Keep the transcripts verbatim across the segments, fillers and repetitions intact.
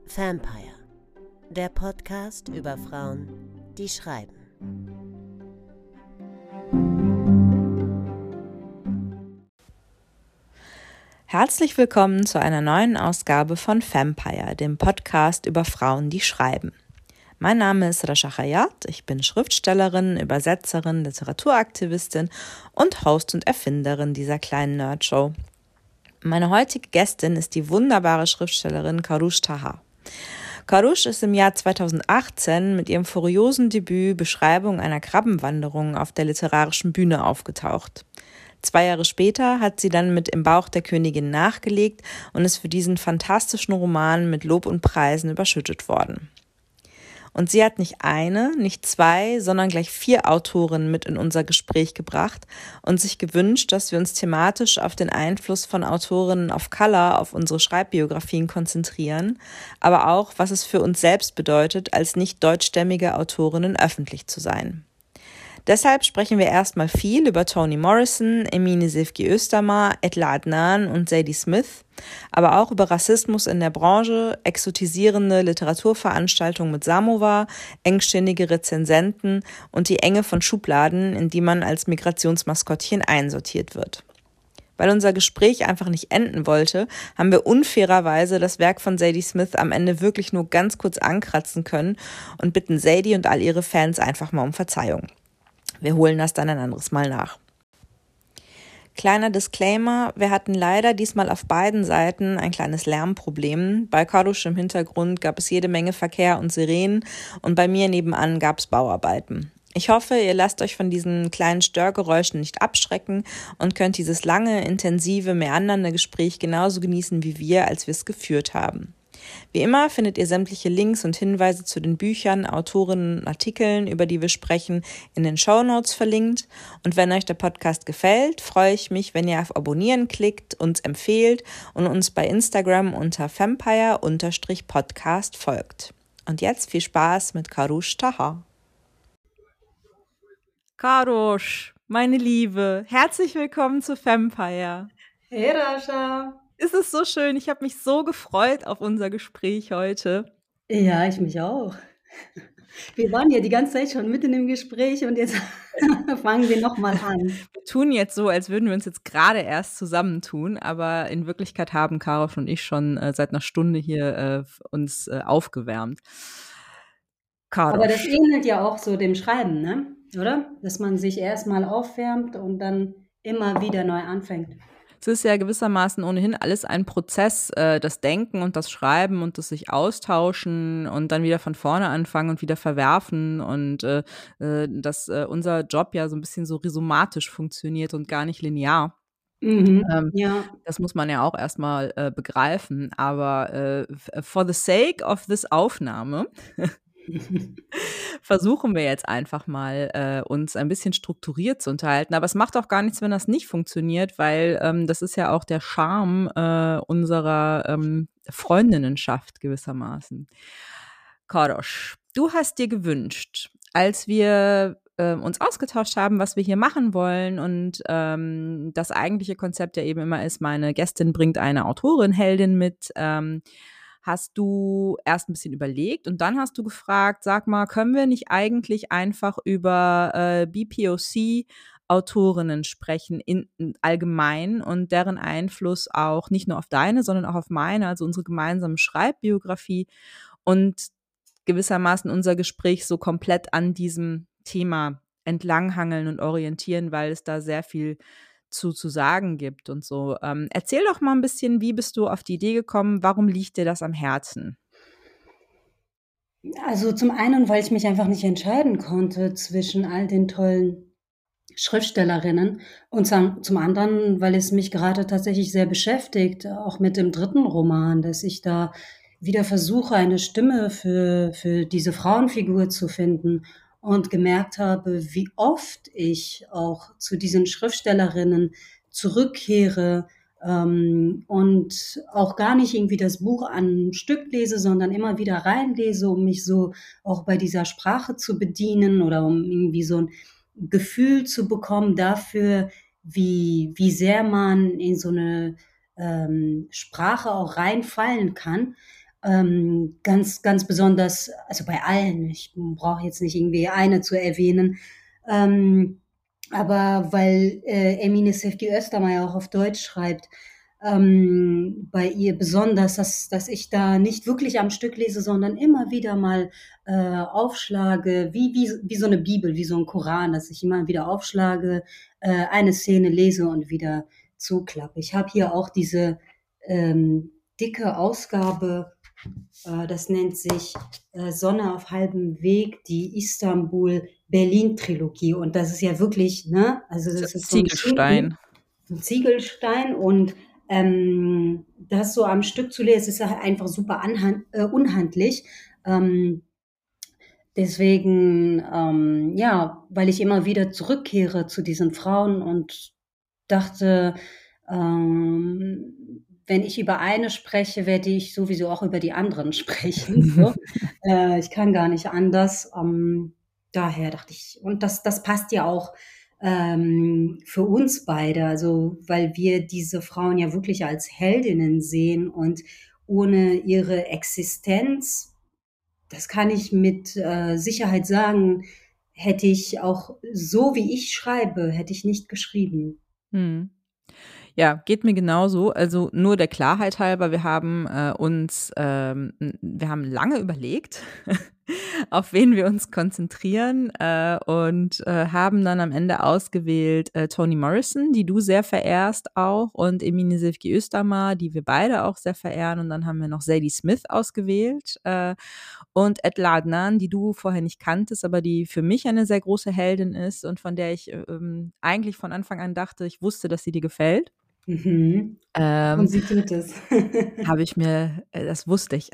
Vampire, der Podcast über Frauen, die schreiben. Herzlich willkommen zu einer neuen Ausgabe von Vampire, dem Podcast über Frauen, die schreiben. Mein Name ist Rasha Khayat, ich bin Schriftstellerin, Übersetzerin, Literaturaktivistin und Host und Erfinderin dieser kleinen Nerdshow. Meine heutige Gästin ist die wunderbare Schriftstellerin Karush Taha. Karush ist im Jahr zweitausendachtzehn mit ihrem furiosen Debüt Beschreibung einer Krabbenwanderung auf der literarischen Bühne aufgetaucht. Zwei Jahre später hat sie dann mit Im Bauch der Königin nachgelegt und ist für diesen fantastischen Roman mit Lob und Preisen überschüttet worden. Und sie hat nicht eine, nicht zwei, sondern gleich vier Autorinnen mit in unser Gespräch gebracht und sich gewünscht, dass wir uns thematisch auf den Einfluss von Autorinnen of Color auf unsere Schreibbiografien konzentrieren, aber auch, was es für uns selbst bedeutet, als nicht deutschstämmige Autorinnen öffentlich zu sein. Deshalb sprechen wir erstmal viel über Toni Morrison, Emine Sevgi Östermar, Etla Adnan und Zadie Smith, aber auch über Rassismus in der Branche, exotisierende Literaturveranstaltungen mit Samovar, engstirnige Rezensenten und die Enge von Schubladen, in die man als Migrationsmaskottchen einsortiert wird. Weil unser Gespräch einfach nicht enden wollte, haben wir unfairerweise das Werk von Zadie Smith am Ende wirklich nur ganz kurz ankratzen können und bitten Zadie und all ihre Fans einfach mal um Verzeihung. Wir holen das dann ein anderes Mal nach. Kleiner Disclaimer, wir hatten leider diesmal auf beiden Seiten ein kleines Lärmproblem. Bei Karush im Hintergrund gab es jede Menge Verkehr und Sirenen und bei mir nebenan gab es Bauarbeiten. Ich hoffe, ihr lasst euch von diesen kleinen Störgeräuschen nicht abschrecken und könnt dieses lange, intensive, meandernde Gespräch genauso genießen wie wir, als wir es geführt haben. Wie immer findet ihr sämtliche Links und Hinweise zu den Büchern, Autorinnen und Artikeln, über die wir sprechen, in den Shownotes verlinkt. Und wenn euch der Podcast gefällt, freue ich mich, wenn ihr auf Abonnieren klickt, uns empfehlt und uns bei Instagram unter vampire-podcast folgt. Und jetzt viel Spaß mit Karush Taha. Karush, meine Liebe, herzlich willkommen zu Vampire. Hey Rasha. Es ist so schön, ich habe mich so gefreut auf unser Gespräch heute. Ja, ich mich auch. Wir waren ja die ganze Zeit schon mitten im Gespräch und jetzt fangen wir nochmal an. Wir tun jetzt so, als würden wir uns jetzt gerade erst zusammentun, aber in Wirklichkeit haben Karush und ich schon äh, seit einer Stunde hier äh, uns äh, aufgewärmt. Karush. Aber das ähnelt ja auch so dem Schreiben, ne? Oder? Dass man sich erstmal aufwärmt und dann immer wieder neu anfängt. Es ist ja gewissermaßen ohnehin alles ein Prozess, äh, das Denken und das Schreiben und das sich austauschen und dann wieder von vorne anfangen und wieder verwerfen und äh, äh, dass äh, unser Job ja so ein bisschen so rhizomatisch funktioniert und gar nicht linear. Mhm, ähm, ja. Das muss man ja auch erstmal äh, begreifen, aber äh, for the sake of this Aufnahme versuchen wir jetzt einfach mal, äh, uns ein bisschen strukturiert zu unterhalten. Aber es macht auch gar nichts, wenn das nicht funktioniert, weil ähm, das ist ja auch der Charme äh, unserer ähm, Freundinnenschaft gewissermaßen. Karush, du hast dir gewünscht, als wir äh, uns ausgetauscht haben, was wir hier machen wollen und ähm, das eigentliche Konzept ja eben immer ist, meine Gästin bringt eine Autorin, Heldin mit, ähm, hast du erst ein bisschen überlegt und dann hast du gefragt, sag mal, können wir nicht eigentlich einfach über äh, B P O C-Autorinnen sprechen in, in allgemein und deren Einfluss auch nicht nur auf deine, sondern auch auf meine, also unsere gemeinsame Schreibbiografie und gewissermaßen unser Gespräch so komplett an diesem Thema entlanghangeln und orientieren, weil es da sehr viel zu, zu sagen gibt und so. Ähm, erzähl doch mal ein bisschen, wie bist du auf die Idee gekommen? Warum liegt dir das am Herzen? Also zum einen, weil ich mich einfach nicht entscheiden konnte zwischen all den tollen Schriftstellerinnen und zum, zum anderen, weil es mich gerade tatsächlich sehr beschäftigt, auch mit dem dritten Roman, dass ich da wieder versuche, eine Stimme für, für diese Frauenfigur zu finden und gemerkt habe, wie oft ich auch zu diesen Schriftstellerinnen zurückkehre ähm, und auch gar nicht irgendwie das Buch an ein Stück lese, sondern immer wieder reinlese, um mich so auch bei dieser Sprache zu bedienen oder um irgendwie so ein Gefühl zu bekommen dafür, wie, wie sehr man in so eine ähm, Sprache auch reinfallen kann. Ähm, ganz, ganz besonders, also bei allen, ich brauche jetzt nicht irgendwie eine zu erwähnen, ähm, aber weil äh, Emine Sevgi Östermeier auch auf Deutsch schreibt, ähm, bei ihr besonders, dass, dass ich da nicht wirklich am Stück lese, sondern immer wieder mal äh, aufschlage, wie, wie, wie so eine Bibel, wie so ein Koran, dass ich immer wieder aufschlage, äh, eine Szene lese und wieder zuklappe. Ich habe hier auch diese ähm, dicke Ausgabe, äh, das nennt sich äh, Sonne auf halbem Weg, die Istanbul-Berlin-Trilogie. Und das ist ja wirklich, ne, also Das das ist ein ist so ein Schinken, Ziegelstein. ein Ziegelstein und ähm, das so am Stück zu lesen, ist halt einfach super anhand, äh, unhandlich. Ähm, deswegen, ähm, ja, weil ich immer wieder zurückkehre zu diesen Frauen und dachte, ähm, wenn ich über eine spreche, werde ich sowieso auch über die anderen sprechen. So. Äh, ich kann gar nicht anders. Ähm, daher dachte ich, und das, das passt ja auch ähm, für uns beide, also weil wir diese Frauen ja wirklich als Heldinnen sehen und ohne ihre Existenz, das kann ich mit äh, Sicherheit sagen, hätte ich auch so, wie ich schreibe, hätte ich nicht geschrieben. Mhm. Ja, geht mir genauso. Also nur der Klarheit halber, wir haben äh, uns, ähm, n- wir haben lange überlegt, auf wen wir uns konzentrieren äh, und äh, haben dann am Ende ausgewählt äh, Toni Morrison, die du sehr verehrst auch, und Emine Sevgi Özdamar, die wir beide auch sehr verehren. Und dann haben wir noch Zadie Smith ausgewählt äh, und Etla Adnan, die du vorher nicht kanntest, aber die für mich eine sehr große Heldin ist und von der ich ähm, eigentlich von Anfang an dachte, ich wusste, dass sie dir gefällt. Mhm. Und Ähm, sie tut es. Habe ich mir, äh, das wusste ich.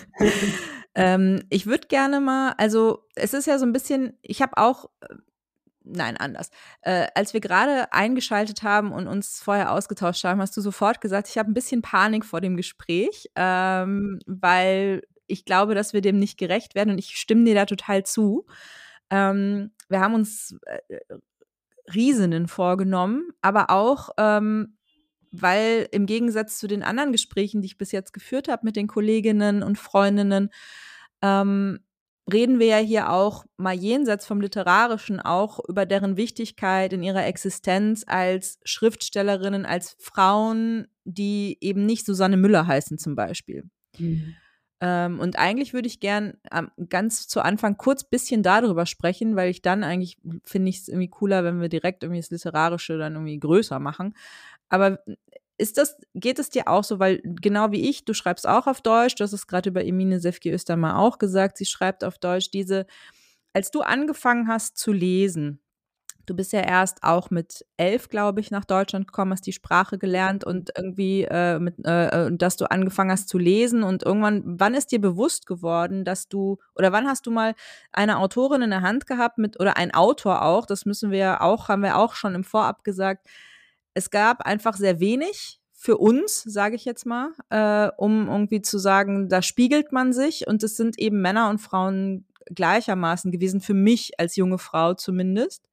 ähm, ich würde gerne mal, also es ist ja so ein bisschen, ich habe auch, äh, nein, anders. Äh, als wir gerade eingeschaltet haben und uns vorher ausgetauscht haben, hast du sofort gesagt, ich habe ein bisschen Panik vor dem Gespräch, ähm, weil ich glaube, dass wir dem nicht gerecht werden und ich stimme dir da total zu. Ähm, wir haben uns äh, Riesinnen vorgenommen, aber auch ähm, weil im Gegensatz zu den anderen Gesprächen, die ich bis jetzt geführt habe mit den Kolleginnen und Freundinnen, ähm, reden wir ja hier auch mal jenseits vom Literarischen auch über deren Wichtigkeit in ihrer Existenz als Schriftstellerinnen, als Frauen, die eben nicht Susanne Müller heißen zum Beispiel. Mhm. Ähm, und eigentlich würde ich gern ähm, ganz zu Anfang kurz bisschen darüber sprechen, weil ich dann eigentlich finde ich es irgendwie cooler, wenn wir direkt irgendwie das Literarische dann irgendwie größer machen. Aber ist das, geht es dir auch so, weil genau wie ich, du schreibst auch auf Deutsch, du hast es gerade über Emine Sevgi Özdamar auch gesagt, sie schreibt auf Deutsch, diese, als du angefangen hast zu lesen, du bist ja erst auch mit elf, glaube ich, nach Deutschland gekommen, hast die Sprache gelernt und irgendwie, äh, mit, äh, äh, dass du angefangen hast zu lesen und irgendwann, wann ist dir bewusst geworden, dass du, oder wann hast du mal eine Autorin in der Hand gehabt mit, oder ein Autor auch, das müssen wir ja auch, haben wir auch schon im Vorab gesagt, es gab einfach sehr wenig für uns, sage ich jetzt mal, äh, um irgendwie zu sagen, da spiegelt man sich und es sind eben Männer und Frauen gleichermaßen gewesen, für mich als junge Frau zumindest.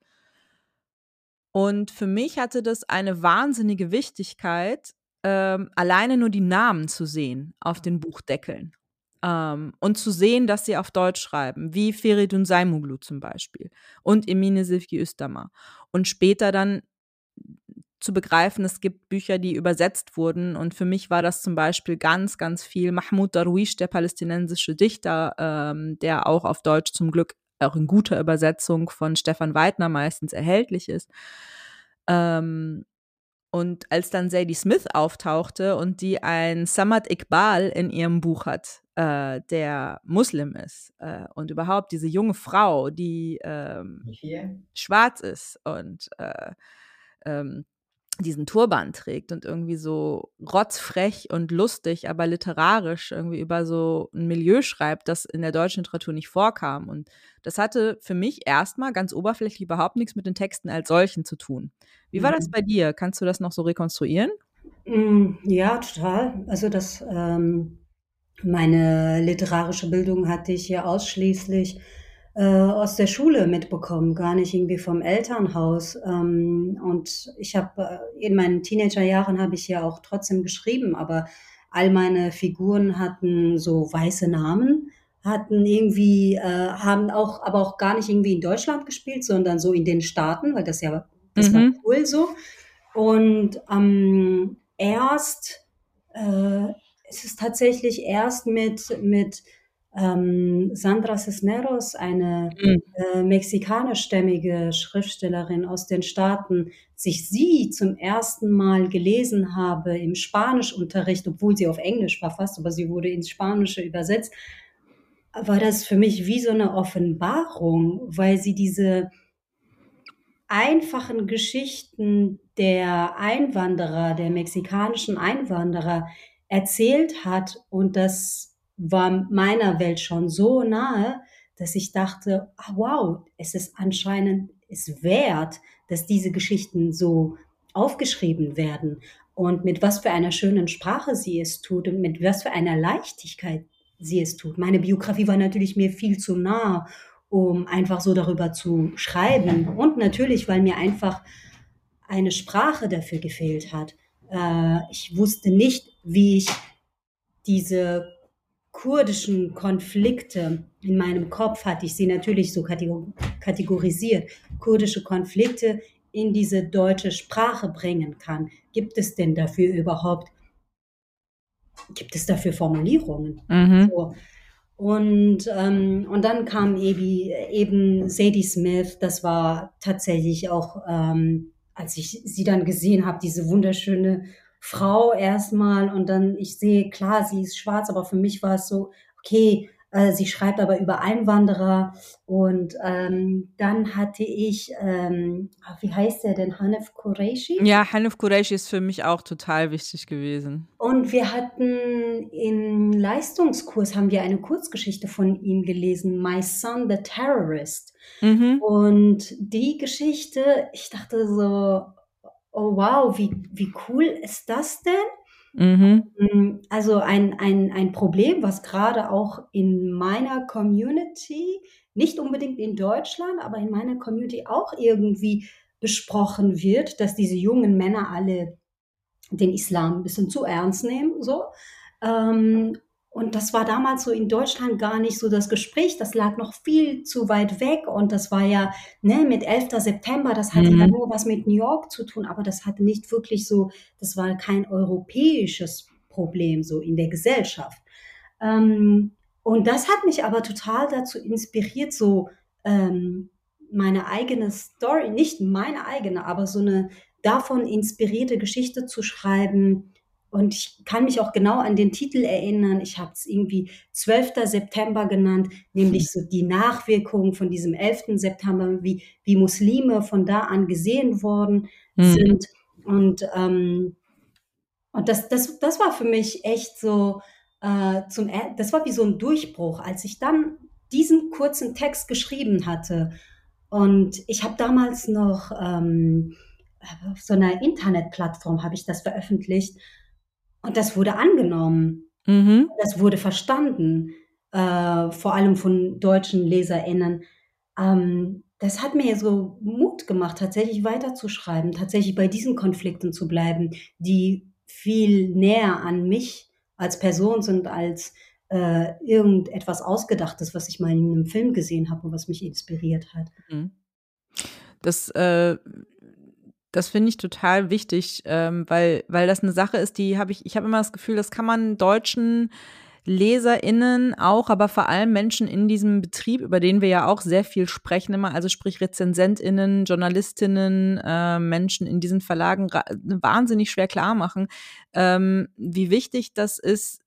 Und für mich hatte das eine wahnsinnige Wichtigkeit, ähm, alleine nur die Namen zu sehen auf den Buchdeckeln. Ähm, und zu sehen, dass sie auf Deutsch schreiben, wie Feridun Saimoglu zum Beispiel und Emine Sevgi Özdamar. Und später dann zu begreifen, es gibt Bücher, die übersetzt wurden. Und für mich war das zum Beispiel ganz, ganz viel Mahmoud Darwish, der palästinensische Dichter, ähm, der auch auf Deutsch zum Glück auch in guter Übersetzung von Stefan Weidner meistens erhältlich ist. Ähm, und als dann Zadie Smith auftauchte und die ein Samad Iqbal in ihrem Buch hat, äh, der Muslim ist äh, und überhaupt diese junge Frau, die ähm, schwarz ist und äh, ähm, diesen Turban trägt und irgendwie so rotzfrech und lustig, aber literarisch irgendwie über so ein Milieu schreibt, das in der deutschen Literatur nicht vorkam. Und das hatte für mich erstmal ganz oberflächlich überhaupt nichts mit den Texten als solchen zu tun. Wie war das Mhm. bei dir? Kannst du das noch so rekonstruieren? Mm, ja, total. Also das, ähm, meine literarische Bildung hatte ich ja ausschließlich äh, aus der Schule mitbekommen, gar nicht irgendwie vom Elternhaus. Ähm, und ich habe äh, in meinen Teenagerjahren habe ich ja auch trotzdem geschrieben, aber all meine Figuren hatten so weiße Namen, hatten irgendwie, äh, haben auch, aber auch gar nicht irgendwie in Deutschland gespielt, sondern so in den Staaten, weil das ja, das war Mhm. cool so. Und ähm, erst, äh, es ist tatsächlich erst mit, mit ähm, Sandra Cisneros, eine Mhm. äh, mexikanischstämmige Schriftstellerin aus den Staaten, sich sie zum ersten Mal gelesen habe im Spanischunterricht, obwohl sie auf Englisch war fast, aber sie wurde ins Spanische übersetzt, war das für mich wie so eine Offenbarung, weil sie diese einfachen Geschichten der Einwanderer, der mexikanischen Einwanderer erzählt hat. Und das war meiner Welt schon so nahe, dass ich dachte, ah, wow, es ist anscheinend es wert, dass diese Geschichten so aufgeschrieben werden. Und mit was für einer schönen Sprache sie es tut und mit was für einer Leichtigkeit sie es tut. Meine Biografie war natürlich mir viel zu nah, um einfach so darüber zu schreiben. Und natürlich, weil mir einfach eine Sprache dafür gefehlt hat. Äh, ich wusste nicht, wie ich diese kurdischen Konflikte in meinem Kopf hatte ich sie natürlich so kategorisiert, kurdische Konflikte in diese deutsche Sprache bringen kann. Gibt es denn dafür überhaupt, gibt es dafür Formulierungen? Mhm. So. Und, ähm, und dann kam eben, eben Sadie Smith, das war tatsächlich auch, ähm, als ich sie dann gesehen habe, diese wunderschöne Frau erstmal und dann, ich sehe, klar, sie ist schwarz, aber für mich war es so, okay, äh, sie schreibt aber über Einwanderer und ähm, dann hatte ich, ähm, wie heißt der denn, Hanif Kureishi? Ja, Hanif Kureishi ist für mich auch total wichtig gewesen. Und wir hatten im Leistungskurs haben wir eine Kurzgeschichte von ihm gelesen, My Son the Terrorist. Mhm. Und die Geschichte, ich dachte so, oh wow, wie, wie cool ist das denn? Mhm. Also ein, ein, ein Problem, was gerade auch in meiner Community, nicht unbedingt in Deutschland, aber in meiner Community auch irgendwie besprochen wird, dass diese jungen Männer alle den Islam ein bisschen zu ernst nehmen, so. Ähm, und das war damals so in Deutschland gar nicht so das Gespräch. Das lag noch viel zu weit weg. Und das war ja, ne, mit elfter September, das hatte ja Mhm. nur was mit New York zu tun, aber das hatte nicht wirklich so, das war kein europäisches Problem so in der Gesellschaft. Ähm, und das hat mich aber total dazu inspiriert, so ähm, meine eigene Story, nicht meine eigene, aber so eine davon inspirierte Geschichte zu schreiben. Und ich kann mich auch genau an den Titel erinnern. Ich habe es irgendwie zwölfter September genannt, nämlich so die Nachwirkungen von diesem elften September, wie, wie Muslime von da an gesehen worden Mhm. sind. Und, ähm, und das, das, das war für mich echt so, äh, zum, Er- das war wie so ein Durchbruch, als ich dann diesen kurzen Text geschrieben hatte. Und ich habe damals noch ähm, auf so einer Internetplattform habe ich das veröffentlicht und das wurde angenommen. Mhm. Das wurde verstanden, äh, vor allem von deutschen LeserInnen. Ähm, das hat mir so Mut gemacht, tatsächlich weiterzuschreiben, tatsächlich bei diesen Konflikten zu bleiben, die viel näher an mich als Person sind, als äh, irgendetwas Ausgedachtes, was ich mal in einem Film gesehen habe und was mich inspiriert hat. Mhm. Das, äh, das finde ich total wichtig, ähm, weil, weil das eine Sache ist, die habe ich, ich habe immer das Gefühl, das kann man deutschen LeserInnen auch, aber vor allem Menschen in diesem Betrieb, über den wir ja auch sehr viel sprechen immer, also sprich RezensentInnen, JournalistInnen, äh, Menschen in diesen Verlagen wahnsinnig schwer klar machen, ähm, wie wichtig das ist,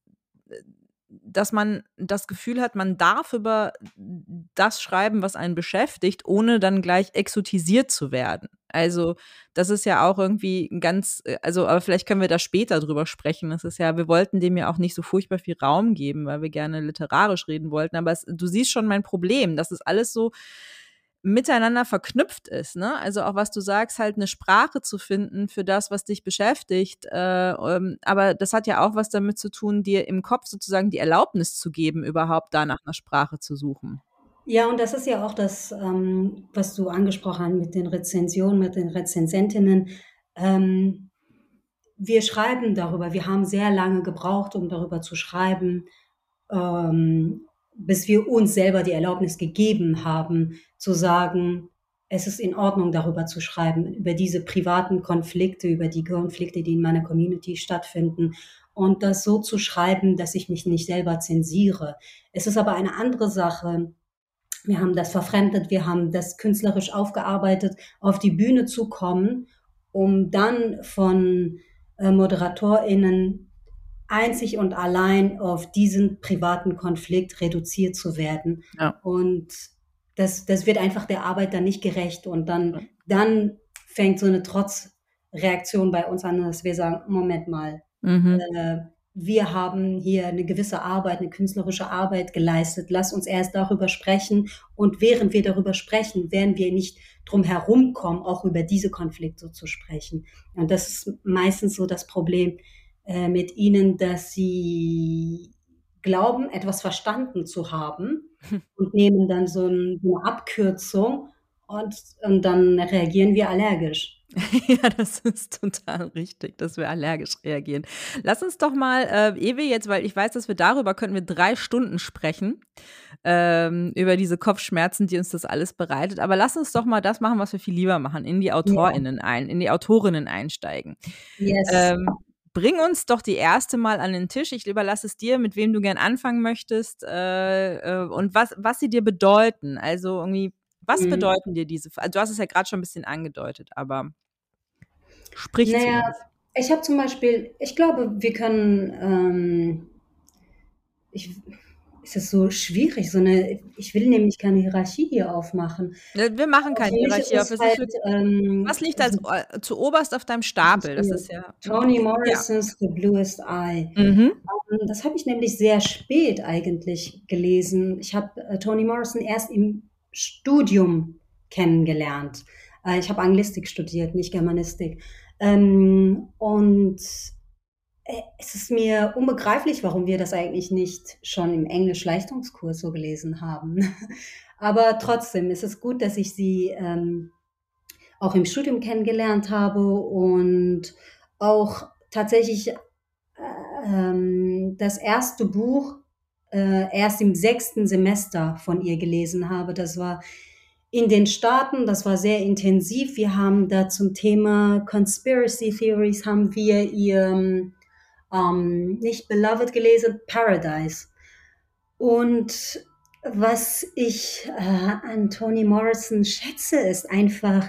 dass man das Gefühl hat, man darf über das schreiben, was einen beschäftigt, ohne dann gleich exotisiert zu werden. Also das ist ja auch irgendwie ein ganz, also aber vielleicht können wir da später drüber sprechen. Das ist ja, wir wollten dem ja auch nicht so furchtbar viel Raum geben, weil wir gerne literarisch reden wollten. Aber es, du siehst schon mein Problem, dass es alles so miteinander verknüpft ist, ne? Also auch was du sagst, halt eine Sprache zu finden für das, was dich beschäftigt. Äh, ähm, aber das hat ja auch was damit zu tun, dir im Kopf sozusagen die Erlaubnis zu geben, überhaupt da nach einer Sprache zu suchen. Ja, und das ist ja auch das, ähm, was du angesprochen hast mit den Rezensionen, mit den Rezensentinnen. Ähm, wir schreiben darüber. Wir haben sehr lange gebraucht, um darüber zu schreiben, ähm, bis wir uns selber die Erlaubnis gegeben haben, zu sagen, es ist in Ordnung, darüber zu schreiben, über diese privaten Konflikte, über die Konflikte, die in meiner Community stattfinden, und das so zu schreiben, dass ich mich nicht selber zensiere. Es ist aber eine andere Sache. Wir haben das verfremdet, wir haben das künstlerisch aufgearbeitet, auf die Bühne zu kommen, um dann von äh, ModeratorInnen einzig und allein auf diesen privaten Konflikt reduziert zu werden. Ja. Und das, das wird einfach der Arbeit dann nicht gerecht. Und dann, dann fängt so eine Trotzreaktion bei uns an, dass wir sagen, Moment mal, Mhm. äh, wir haben hier eine gewisse Arbeit, eine künstlerische Arbeit geleistet. Lass uns erst darüber sprechen. Und während wir darüber sprechen, werden wir nicht drum herumkommen, auch über diese Konflikte zu sprechen. Und das ist meistens so das Problem äh, mit ihnen, dass sie glauben, etwas verstanden zu haben und nehmen dann so, ein, so eine Abkürzung, und, und dann reagieren wir allergisch. Ja, das ist total richtig, dass wir allergisch reagieren. Lass uns doch mal, äh, ehe wir jetzt, weil ich weiß, dass wir darüber könnten wir drei Stunden sprechen, ähm, über diese Kopfschmerzen, die uns das alles bereitet. Aber lass uns doch mal das machen, was wir viel lieber machen, in die AutorInnen ein, in die Autorinnen einsteigen. Yes. Ähm, bring uns doch die erste mal an den Tisch. Ich überlasse es dir, mit wem du gern anfangen möchtest, äh, äh, und was, was sie dir bedeuten. Also irgendwie, was Mhm. bedeuten dir diese? Also du hast es ja gerade schon ein bisschen angedeutet, aber sprich zu Naja, uns. ich habe zum Beispiel, ich glaube, wir können, ähm, ich, es ist so schwierig, so eine, ich will nämlich keine Hierarchie hier aufmachen. Ja, wir machen Aber keine für mich Hierarchie ist auf. es Es ist halt, wirklich, ähm, was liegt also, als äh, zu oberst auf deinem Stapel? Das ist ja. Toni Ja. Morrison's The Bluest Eye. Mhm. Ähm, Das habe ich nämlich sehr spät eigentlich gelesen. Ich habe äh, Toni Morrison erst im Studium kennengelernt. Äh, ich habe Anglistik studiert, nicht Germanistik. Ähm, und äh, es ist mir unbegreiflich, warum wir das eigentlich nicht schon im Englisch-Leistungskurs so gelesen haben. Aber trotzdem ist es gut, dass ich sie ähm, auch im Studium kennengelernt habe und auch tatsächlich äh, ähm, das erste Buch äh, erst im sechsten Semester von ihr gelesen habe. Das war in den Staaten, das war sehr intensiv. Wir haben da zum Thema Conspiracy Theories haben wir ihr ähm, nicht Beloved gelesen, Paradise. Und was ich äh, an Toni Morrison schätze, ist einfach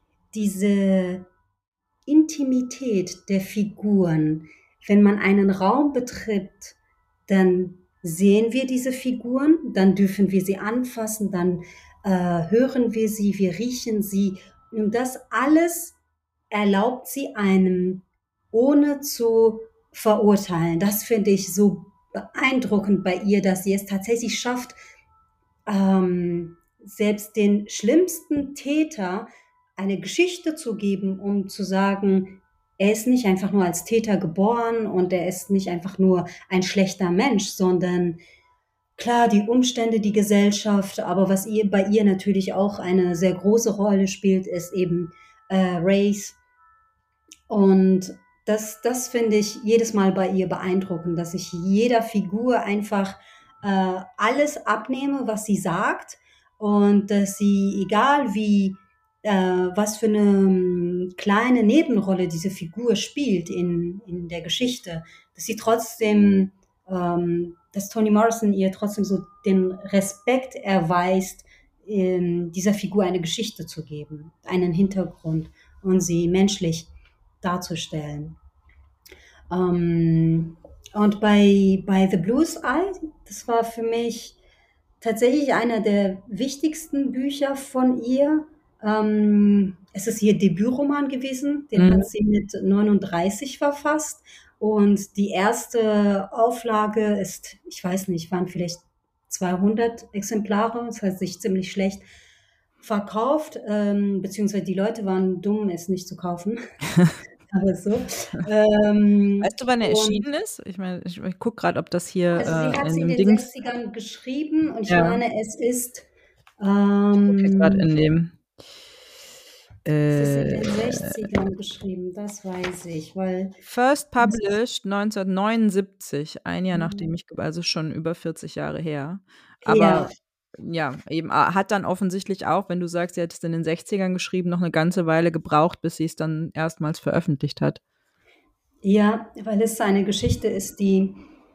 diese Intimität der Figuren. Wenn man einen Raum betritt, dann sehen wir diese Figuren, dann dürfen wir sie anfassen, dann äh, hören wir sie, wir riechen sie. Und das alles erlaubt sie einem, ohne zu verurteilen. Das finde ich so beeindruckend bei ihr, dass sie es tatsächlich schafft, ähm, selbst den schlimmsten Täter eine Geschichte zu geben, um zu sagen, er ist nicht einfach nur als Täter geboren und er ist nicht einfach nur ein schlechter Mensch, sondern klar, die Umstände, die Gesellschaft, aber was ihr, bei ihr natürlich auch eine sehr große Rolle spielt, ist eben äh, Race. Und das, das finde ich jedes Mal bei ihr beeindruckend, dass ich jeder Figur einfach äh, alles abnehme, was sie sagt, und dass sie, egal wie, äh, was für eine ähm, kleine Nebenrolle diese Figur spielt in, in der Geschichte, dass sie trotzdem, ähm, dass Toni Morrison ihr trotzdem so den Respekt erweist, ähm, dieser Figur eine Geschichte zu geben, einen Hintergrund und sie menschlich darzustellen. Ähm, und bei, bei The Bluest Eye, das war für mich tatsächlich einer der wichtigsten Bücher von ihr. Ähm, es ist ihr Debütroman gewesen, den Mhm. hat sie mit neununddreißig verfasst. Und die erste Auflage ist, ich weiß nicht, waren vielleicht zweihundert Exemplare, das heißt sich ziemlich schlecht verkauft, ähm, beziehungsweise die Leute waren dumm, es nicht zu kaufen. Aber so. Ähm, Weißt du, wann er und erschienen ist? Ich meine, ich, ich gucke gerade, ob das hier also sie äh, hat in sie in dem den Dings. sechzigern geschrieben und ich Ja, meine, es ist ich gucke hier gerade ähm, in dem. Es ist in den Äh, sechzigern geschrieben, das weiß ich, weil First published neunzehnhundertneunundsiebzig, ein Jahr nachdem Mhm. ich, ge also schon über vierzig Jahre her. Ja. Aber ja, eben, a hat dann offensichtlich auch, wenn du sagst, sie hat es in den sechzigern geschrieben, noch 'ne ganze Weile gebraucht, bis sie's dann erstmals veröffentlicht hat. Ja, weil es eine Geschichte ist, die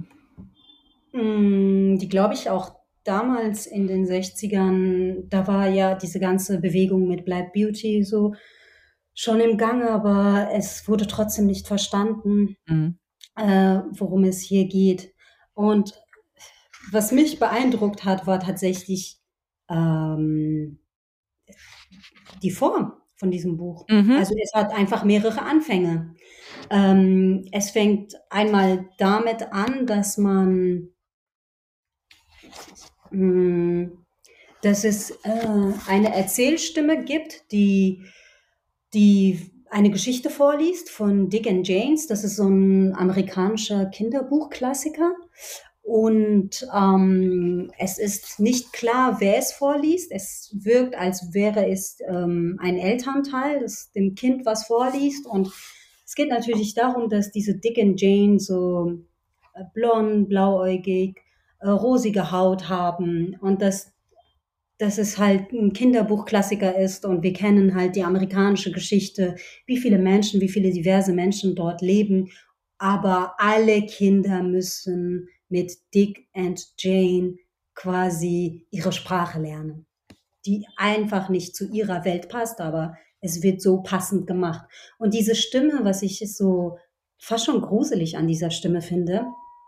hm, die, glaube ich, auch damals in den sechzigern, da war ja diese ganze Bewegung mit Black Beauty so schon im Gange, aber es wurde trotzdem nicht verstanden, Mhm. äh, worum es hier geht. Und was mich beeindruckt hat, war tatsächlich, ähm, die Form von diesem Buch. Mhm. Also, es hat einfach mehrere Anfänge. Ähm, es fängt einmal damit an, dass man hm, dass es, äh, eine Erzählstimme gibt, die die eine Geschichte vorliest von Dick and Janes. Das ist so 'n amerikanischer Kinderbuchklassiker. Und, ähm, es ist nicht klar, wer es vorliest. Es wirkt, als wäre es, ähm, ein Elternteil, das dem Kind was vorliest. Und es geht natürlich darum, dass diese Dick and Jane so, äh, blond, blauäugig, äh, rosige Haut haben und dass dass es halt 'n Kinderbuchklassiker ist und wir kennen halt die amerikanische Geschichte, wie viele Menschen wie viele diverse Menschen dort leben, aber alle Kinder müssen mit Dick and Jane quasi ihre Sprache lernen, die einfach nicht zu ihrer Welt passt, aber es wird so passend gemacht. Und diese Stimme, was ich so fast schon gruselig an dieser Stimme finde,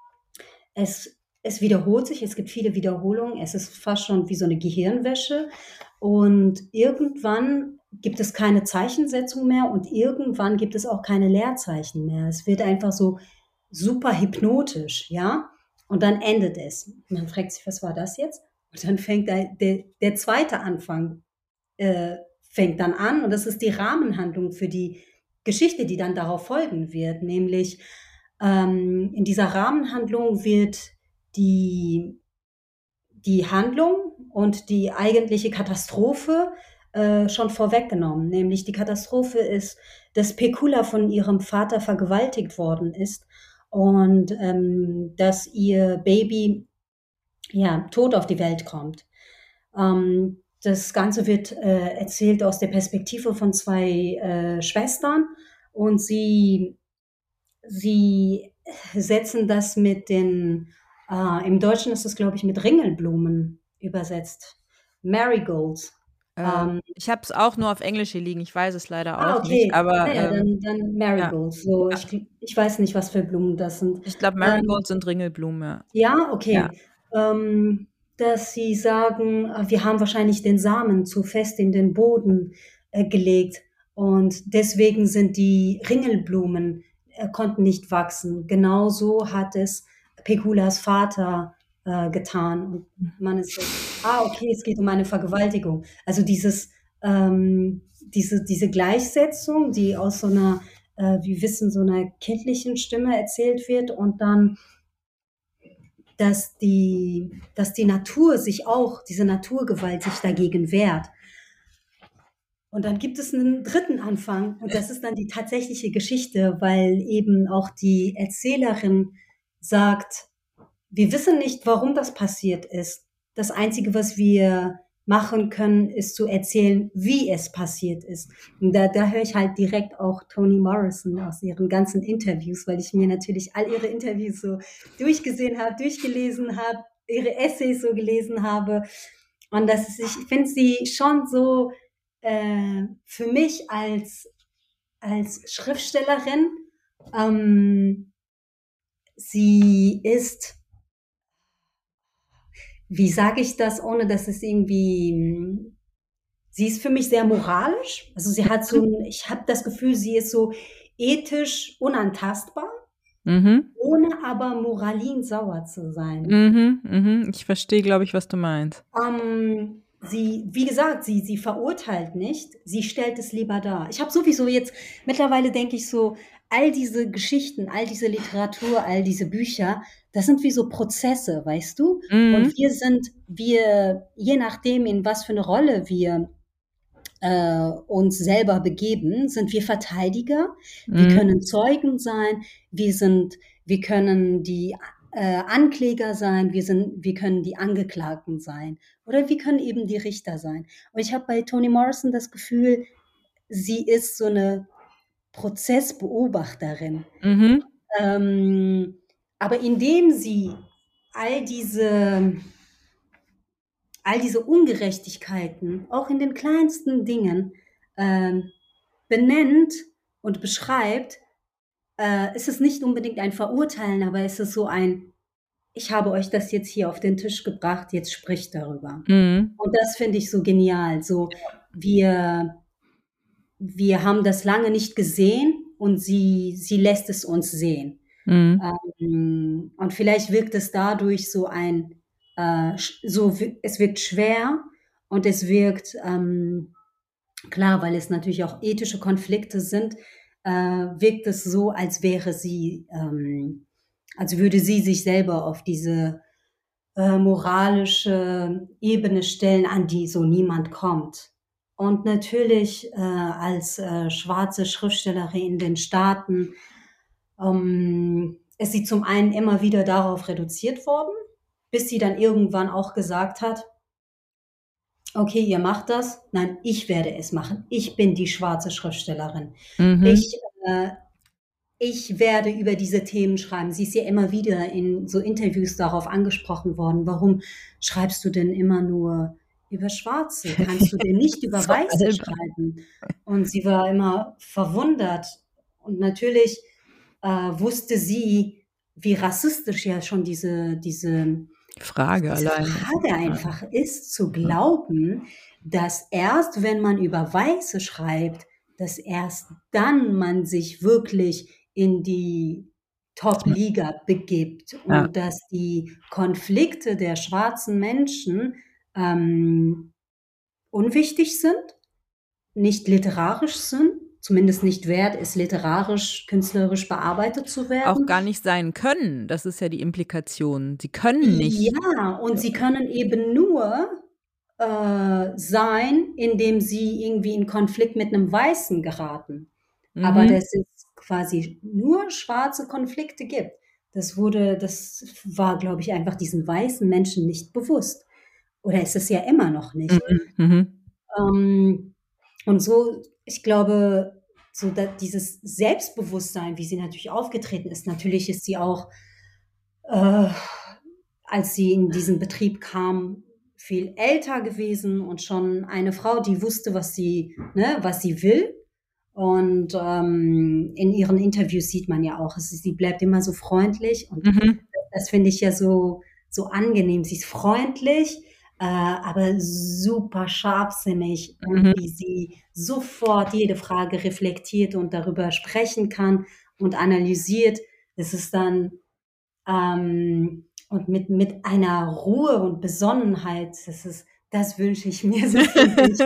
es es wiederholt sich, es gibt viele Wiederholungen, es ist fast schon wie so 'ne Gehirnwäsche und irgendwann gibt es keine Zeichensetzung mehr und irgendwann gibt es auch keine Leerzeichen mehr. Es wird einfach so super hypnotisch, ja? Und dann endet es. Und man fragt sich: „Was war das jetzt?“ Und dann fängt da der der zweite Anfang äh, fängt dann an und das ist die Rahmenhandlung für die Geschichte, die dann darauf folgen wird. Nämlich, ähm, in dieser Rahmenhandlung wird die die Handlung und die eigentliche Katastrophe, äh, schon vorweggenommen. Nämlich die Katastrophe ist, dass Pecula von ihrem Vater vergewaltigt worden ist und, ähm, dass ihr Baby, ja, tot auf die Welt kommt. Ähm, das Ganze wird, äh, erzählt aus der Perspektive von zwei, äh, Schwestern und sie sie setzen das mit den äh, im Deutschen ist es, glaube ich, mit Ringelblumen übersetzt. Marigolds. Äh, Ähm ich habe es auch nur auf Englisch hier liegen, ich weiß es leider Ah, auch nicht, okay. aber, Na ja, ähm dann dann ja, Marigolds. So, ja. ich gl ich weiß nicht, was für Blumen das sind. Ich glaube, Ähm Marigolds sind Ringelblumen, ja. Ja, Ja. okay. Ähm, dass sie sagen: „Ah, wir haben wahrscheinlich den Samen zu fest in den Boden, äh, gelegt und deswegen sind die Ringelblumen äh, konnten nicht wachsen.“ Genauso hat es Peculas Vater, äh, getan. Und man ist so: „Ah, okay, es geht um eine Vergewaltigung.“ Also, dieses ähm, diese diese Gleichsetzung, die aus so 'ner, äh, wir wissen, so 'ner kindlichen Stimme erzählt wird und dann dass die dass die Natur sich auch diese Naturgewalt sich dagegen wehrt. Und dann gibt es 'nen dritten Anfang und das ist dann die tatsächliche Geschichte, weil eben auch die Erzählerin sagt: „Wir wissen nicht, warum das passiert ist. Das Einzige, was wir machen können, ist zu erzählen, wie es passiert ist.“ Und da da höre ich halt direkt auch Toni Morrison aus ihren ganzen Interviews, weil ich mir natürlich all ihre Interviews so durchgesehen habe, durchgelesen habe, ihre Essays so gelesen habe. Und das ist ich finde sie schon so, äh, für mich als als Schriftstellerin, ähm sie ist wie sage ich das, ohne dass es irgendwie hm, sie ist für mich sehr moralisch. Also, sie hat so Mhm. 'n ich habe das Gefühl, sie ist so ethisch unantastbar Mhm. ohne aber moralinsauer zu sein. Mhm, mhm. Ich verstehe, glaube ich, was du meinst. Ähm, sie wie gesagt, sie sie verurteilt nicht, sie stellt es lieber dar. Ich habe sowieso jetzt mittlerweile denke ich so, all diese Geschichten, all diese Literatur, all diese Bücher, das sind wie so Prozesse, weißt du? Und Mhm. wir sind wir je nachdem, in was für 'ne Rolle wir äh, uns selber begeben, sind wir Verteidiger. Wir Mhm. können Zeugen sein, wir sind, wir können die äh, Ankläger sein, wir sind, wir können die Angeklagten sein oder wir können eben die Richter sein. Und ich habe bei Toni Morrison das Gefühl, sie ist so eine Prozessbeobachterin. Mhm. Ähm, aber indem sie all diese, all diese Ungerechtigkeiten, auch in den kleinsten Dingen, ähm, benennt und beschreibt, äh, ist es nicht unbedingt ein Verurteilen, aber es ist so ein, ich habe euch das jetzt hier auf den Tisch gebracht, jetzt spricht darüber. Mhm. Und das finde ich so genial. So, wir, wir haben das lange nicht gesehen und sie, sie lässt es uns sehen. Mhm. Ähm, und vielleicht wirkt es dadurch so ein, äh, sch- so, wi- es wirkt schwer und es wirkt, ähm, klar, weil es natürlich auch ethische Konflikte sind, äh, wirkt es so, als wäre sie, ähm, als würde sie sich selber auf diese äh, moralische Ebene stellen, an die so niemand kommt. Und natürlich äh, als äh, schwarze Schriftstellerin in den Staaten ähm, ist sie zum einen immer wieder darauf reduziert worden, bis sie dann irgendwann auch gesagt hat, okay, ihr macht das, nein, ich werde es machen. Ich bin die schwarze Schriftstellerin. Mhm. Ich, äh, ich werde über diese Themen schreiben. Sie ist ja immer wieder in so Interviews darauf angesprochen worden. Warum schreibst du denn immer nur über Schwarze? Kannst du denn nicht über So Weiße albern. schreiben? Und sie war immer verwundert. Und natürlich äh, wusste sie, wie rassistisch ja schon diese, diese, Frage diese allein. Frage einfach ist, zu glauben, dass erst wenn man über Weiße schreibt, dass erst dann man sich wirklich in die Top-Liga begibt Ja. und dass die Konflikte der schwarzen Menschen ähm, unwichtig sind, nicht literarisch sind, zumindest nicht wert ist, literarisch, künstlerisch bearbeitet zu Auch werden. gar nicht sein können. Das ist ja die Implikation. Sie können nicht. Ja, und sie können eben nur äh, sein, indem sie irgendwie in Konflikt mit einem Weißen geraten. Aber Mhm. dass es quasi nur schwarze Konflikte gibt, das wurde, das war, glaube ich, einfach diesen weißen Menschen nicht bewusst. Oder ist es ja immer noch nicht. Mhm. Mhm. Ähm, und so, ich glaube, so da, dieses Selbstbewusstsein, wie sie natürlich aufgetreten ist, natürlich ist sie auch, äh, als sie in diesen Betrieb kam, viel älter gewesen und schon eine Frau, die wusste, was sie, ne, was sie will. Und ähm, in ihren Interviews sieht man ja auch, es, sie bleibt immer so freundlich und Mhm. das finde ich ja so, so angenehm. Sie ist freundlich, äh, aber super scharfsinnig und Mhm. wie sie sofort jede Frage reflektiert und darüber sprechen kann und analysiert. Das ist dann ähm, und mit, mit einer Ruhe und Besonnenheit, das ist, das wünsche ich mir so für mich.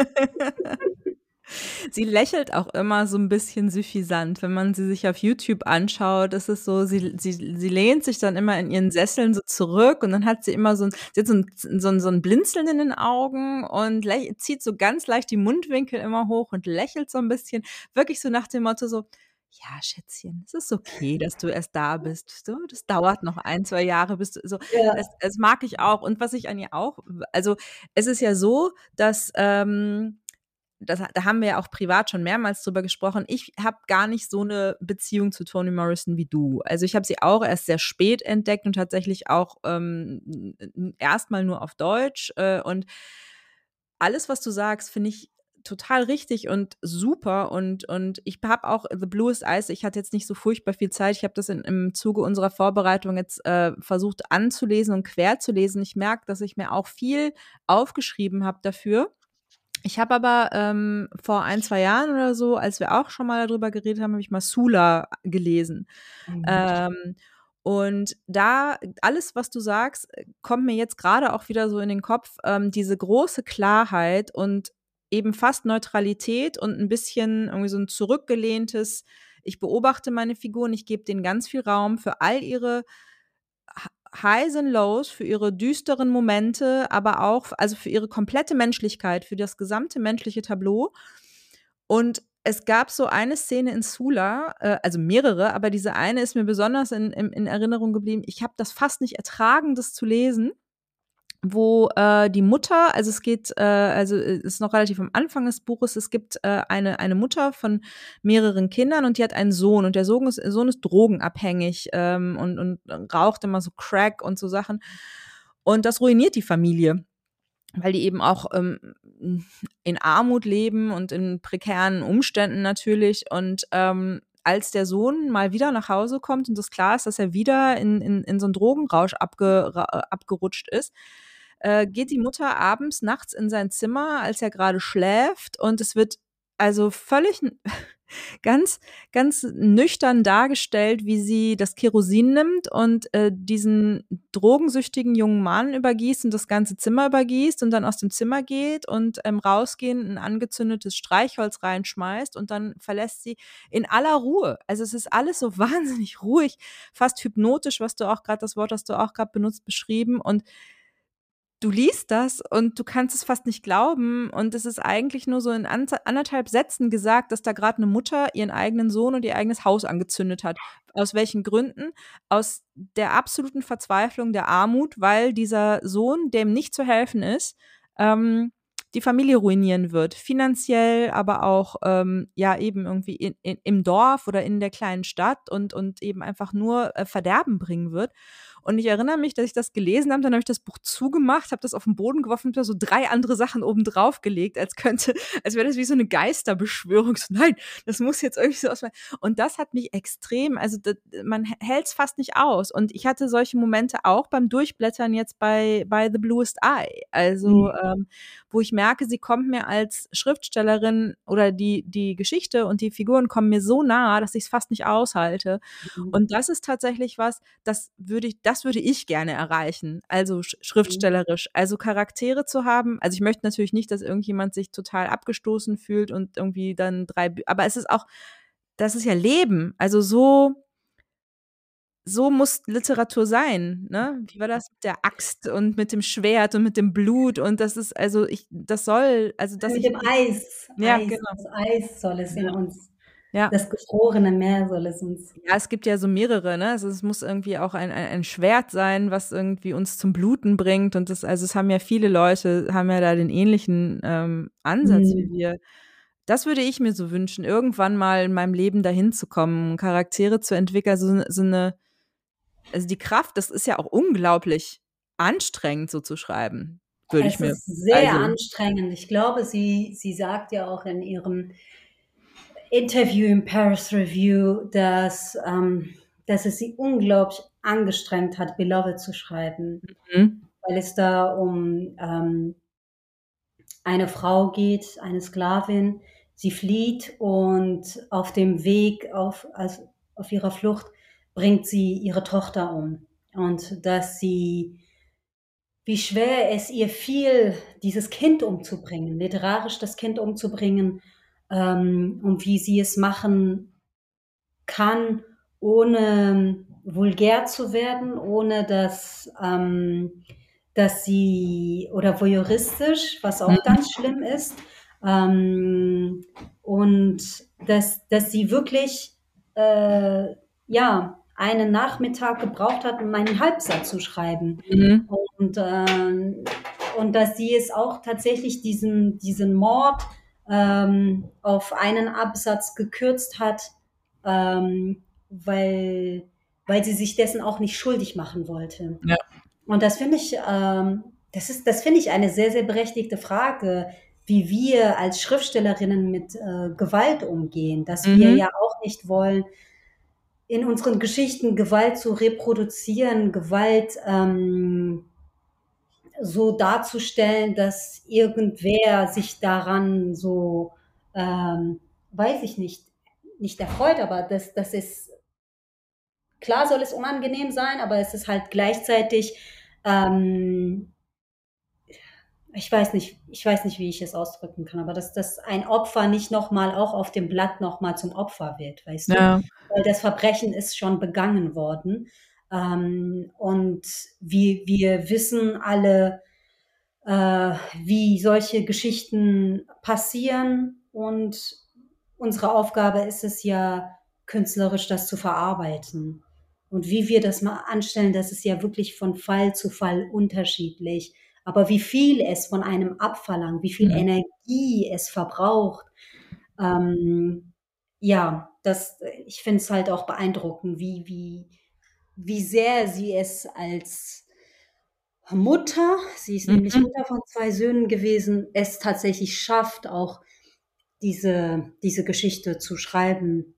Sie lächelt auch immer so ein bisschen süffisant. Wenn man sie sich auf YouTube anschaut, ist es so, sie sie sie lehnt sich dann immer in ihren Sesseln so zurück und dann hat sie immer so 'n sie hat so 'n so 'n so 'n Blinzeln in den Augen und läch zieht so ganz leicht die Mundwinkel immer hoch und lächelt so ein bisschen, wirklich so nach dem Motto so: „Ja, Schätzchen, es ist okay, dass du erst da bist. So, das dauert noch ein zwei Jahre, bis du“ so. Das Ja. das mag ich auch. Und was ich an ihr auch also, es ist ja so, dass, ähm das da haben wir ja auch privat schon mehrmals drüber gesprochen. Ich habe gar nicht so eine Beziehung zu Toni Morrison wie du. Also, ich habe sie auch erst sehr spät entdeckt und tatsächlich auch, ähm, n erst nur auf Deutsch, äh, und alles, was du sagst, finde ich total richtig und super und und ich habe auch The Bluest Eyes ich hatte jetzt nicht so furchtbar viel Zeit. Ich habe das in im Zuge unserer Vorbereitung jetzt, äh, versucht anzulesen und quer zu lesen. Ich merke, dass ich mir auch viel aufgeschrieben habe dafür. Ich habe aber, ähm, vor ein zwei Jahren oder so, als wir auch schon mal darüber geredet haben, habe ich mal Sula gelesen. Mhm. Ähm, und da alles, was du sagst, äh, kommt mir jetzt gerade auch wieder so in den Kopf, ähm, diese große Klarheit und eben fast Neutralität und ein bisschen irgendwie so ein zurückgelehntes: „Ich beobachte meine Figuren, ich gebe denen ganz viel Raum für all ihre Highs and Lows, für ihre düsteren Momente, aber auch, also für ihre komplette Menschlichkeit, für das gesamte menschliche Tableau. Und es gab so eine Szene in Sula, äh, also mehrere, aber diese eine ist mir besonders in, in, in Erinnerung geblieben. Ich habe das fast nicht ertragen, das zu lesen, wo äh, die Mutter, also es geht, äh, also es ist noch relativ am Anfang des Buches, es gibt äh, eine, eine Mutter von mehreren Kindern und die hat einen Sohn und der Sohn ist, Sohn ist drogenabhängig ähm, und, und raucht immer so Crack und so Sachen und das ruiniert die Familie, weil die eben auch ähm, in Armut leben und in prekären Umständen natürlich und ähm, als der Sohn mal wieder nach Hause kommt und es klar ist, dass er wieder in, in, in so einen Drogenrausch abge, abgerutscht ist, äh, geht die Mutter abends, nachts in sein Zimmer, als er gerade schläft und es wird also völlig ganz, ganz nüchtern dargestellt, wie sie das Kerosin nimmt und äh, diesen drogensüchtigen jungen Mann übergießt und das ganze Zimmer übergießt und dann aus dem Zimmer geht und ähm, rausgehend ein angezündetes Streichholz reinschmeißt und dann verlässt sie in aller Ruhe. Also es ist alles so wahnsinnig ruhig, fast hypnotisch, was du auch gerade, das Wort, das du auch gerade benutzt, beschrieben und du liest das und du kannst es fast nicht glauben und es ist eigentlich nur so in anderthalb Sätzen gesagt, dass da gerade eine Mutter ihren eigenen Sohn und ihr eigenes Haus angezündet hat. Aus welchen Gründen? Aus der absoluten Verzweiflung der Armut, weil dieser Sohn, dem nicht zu helfen ist, ähm, die Familie ruinieren wird. Finanziell, aber auch ähm, ja eben irgendwie in, in, im Dorf oder in der kleinen Stadt und, und eben einfach nur äh, Verderben bringen wird. Und ich erinnere mich, dass ich das gelesen habe, dann habe ich das Buch zugemacht, habe das auf den Boden geworfen und da so drei andere Sachen oben drauf gelegt, als könnte, als wäre das wie so eine Geisterbeschwörung. So, nein, das muss jetzt irgendwie so ausfallen. Und das hat mich extrem, also das, man hält es fast nicht aus. Und ich hatte solche Momente auch beim Durchblättern jetzt bei, bei The Bluest Eye. Also, mhm. ähm, wo ich merke, sie kommt mir als Schriftstellerin oder die, die Geschichte und die Figuren kommen mir so nah, dass ich es fast nicht aushalte. Mhm. Und das ist tatsächlich was, das würde ich, das würde ich gerne erreichen, also sch- schriftstellerisch, also Charaktere zu haben. Also ich möchte natürlich nicht, dass irgendjemand sich total abgestoßen fühlt und irgendwie dann drei, Bü- aber es ist auch, das ist ja Leben, also so, so muss Literatur sein, ne? Wie war das mit der Axt und mit dem Schwert und mit dem Blut und das ist, also ich, das soll, also dass mit ich, dem Eis, ja, Eis, genau. das Eis soll es in Ja. uns. Ja. Das gefrorene Meer soll es uns. Ja, es gibt ja so mehrere, ne? Also es muss irgendwie auch ein, ein, ein Schwert sein, was irgendwie uns zum Bluten bringt. Und das, also es haben ja viele Leute, haben ja da den ähnlichen ähm, Ansatz Hm. wie wir. Das würde ich mir so wünschen, irgendwann mal in meinem Leben dahin zu kommen, Charaktere zu entwickeln, so, so eine, also die Kraft, das ist ja auch unglaublich anstrengend, so zu schreiben, würde ich Es mir. ist sehr Also, anstrengend. Ich glaube, sie, sie sagt ja auch in ihrem Interview im Paris Review, dass, ähm, dass es sie unglaublich angestrengt hat, Beloved zu schreiben, mhm. weil es da um ähm, eine Frau geht, eine Sklavin. Sie flieht und auf dem Weg, auf, also auf ihrer Flucht, bringt sie ihre Tochter um. Und dass sie, wie schwer es ihr fiel, dieses Kind umzubringen, literarisch das Kind umzubringen, ähm, und wie sie es machen kann, ohne vulgär zu werden, ohne dass, ähm, dass sie, oder voyeuristisch, was auch Mhm. ganz schlimm ist, ähm, und dass, dass sie wirklich, äh, ja, einen Nachmittag gebraucht hat, um einen Halbsatz zu schreiben. Mhm. Und, ähm, und dass sie es auch tatsächlich diesen, diesen Mord ähm, auf einen Absatz gekürzt hat, ähm, weil, weil sie sich dessen auch nicht schuldig machen wollte. Ja. Und das finde ich, ähm, das ist, das finde ich eine sehr, sehr berechtigte Frage, wie wir als Schriftstellerinnen mit äh, Gewalt umgehen, dass Mhm. wir ja auch nicht wollen, in unseren Geschichten Gewalt zu reproduzieren, Gewalt ähm, so darzustellen, dass irgendwer sich daran so, ähm, weiß ich nicht, nicht erfreut, aber das, das ist, klar soll es unangenehm sein, aber es ist halt gleichzeitig, ähm, ich weiß nicht, ich weiß nicht, wie ich es ausdrücken kann, aber dass, dass ein Opfer nicht nochmal auch auf dem Blatt nochmal zum Opfer wird, weißt Ja. du? Weil das Verbrechen ist schon begangen worden. Ähm, und wie wir wissen alle, äh, wie solche Geschichten passieren. Und unsere Aufgabe ist es ja, künstlerisch das zu verarbeiten. Und wie wir das mal anstellen, das ist ja wirklich von Fall zu Fall unterschiedlich. Aber wie viel es von einem abverlangt, wie viel Mhm. Energie es verbraucht, ähm, ja, das, ich finde es halt auch beeindruckend, wie, wie, wie sehr sie es als Mutter, sie ist nämlich Mhm. Mutter von zwei Söhnen gewesen, es tatsächlich schafft, auch diese, diese Geschichte zu schreiben.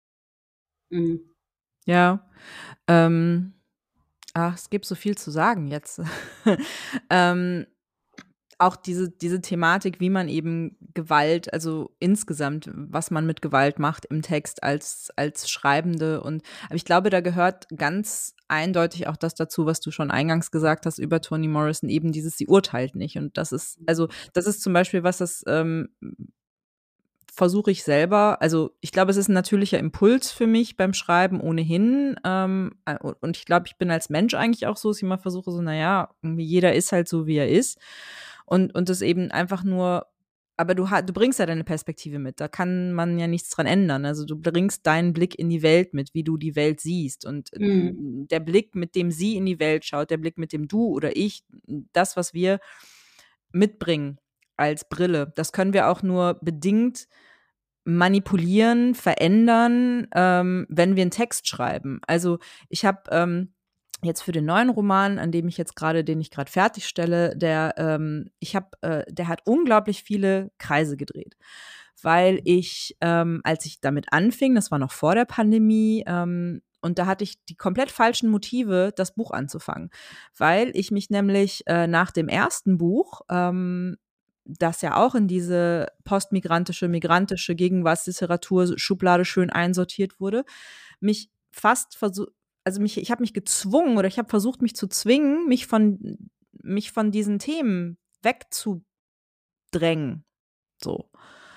Mhm. Ja, ähm, ach, es gibt so viel zu sagen jetzt. ähm, auch diese, diese Thematik, wie man eben Gewalt, also insgesamt, was man mit Gewalt macht im Text als, als Schreibende. Und aber ich glaube, da gehört ganz eindeutig auch das dazu, was du schon eingangs gesagt hast über Toni Morrison, eben dieses, sie urteilt nicht. Und das ist, also, das ist zum Beispiel was, das ähm, versuche ich selber, also ich glaube, es ist ein natürlicher Impuls für mich beim Schreiben ohnehin. Ähm, äh, und ich glaube, ich bin als Mensch eigentlich auch so, dass ich immer versuche, so, naja, irgendwie jeder ist halt so, wie er ist. Und, und das eben einfach nur, aber du, du bringst ja deine Perspektive mit, da kann man ja nichts dran ändern. Also du bringst deinen Blick in die Welt mit, wie du die Welt siehst. Und Mhm. der Blick, mit dem sie in die Welt schaut, der Blick, mit dem du oder ich, das, was wir mitbringen als Brille, das können wir auch nur bedingt manipulieren, verändern, ähm, wenn wir einen Text schreiben. Also ich habe ähm, jetzt für den neuen Roman, an dem ich jetzt gerade, den ich gerade fertigstelle, der, ähm, ich habe, äh, der hat unglaublich viele Kreise gedreht, weil ich, ähm, als ich damit anfing, das war noch vor der Pandemie, ähm, und da hatte ich die komplett falschen Motive, das Buch anzufangen, weil ich mich nämlich äh, nach dem ersten Buch ähm, das ja auch in diese postmigrantische, migrantische Gegenwartsliteratur-Schublade schön einsortiert wurde, mich fast versucht, also mich, ich habe mich gezwungen oder ich habe versucht, mich zu zwingen, mich von, mich von diesen Themen wegzudrängen. So.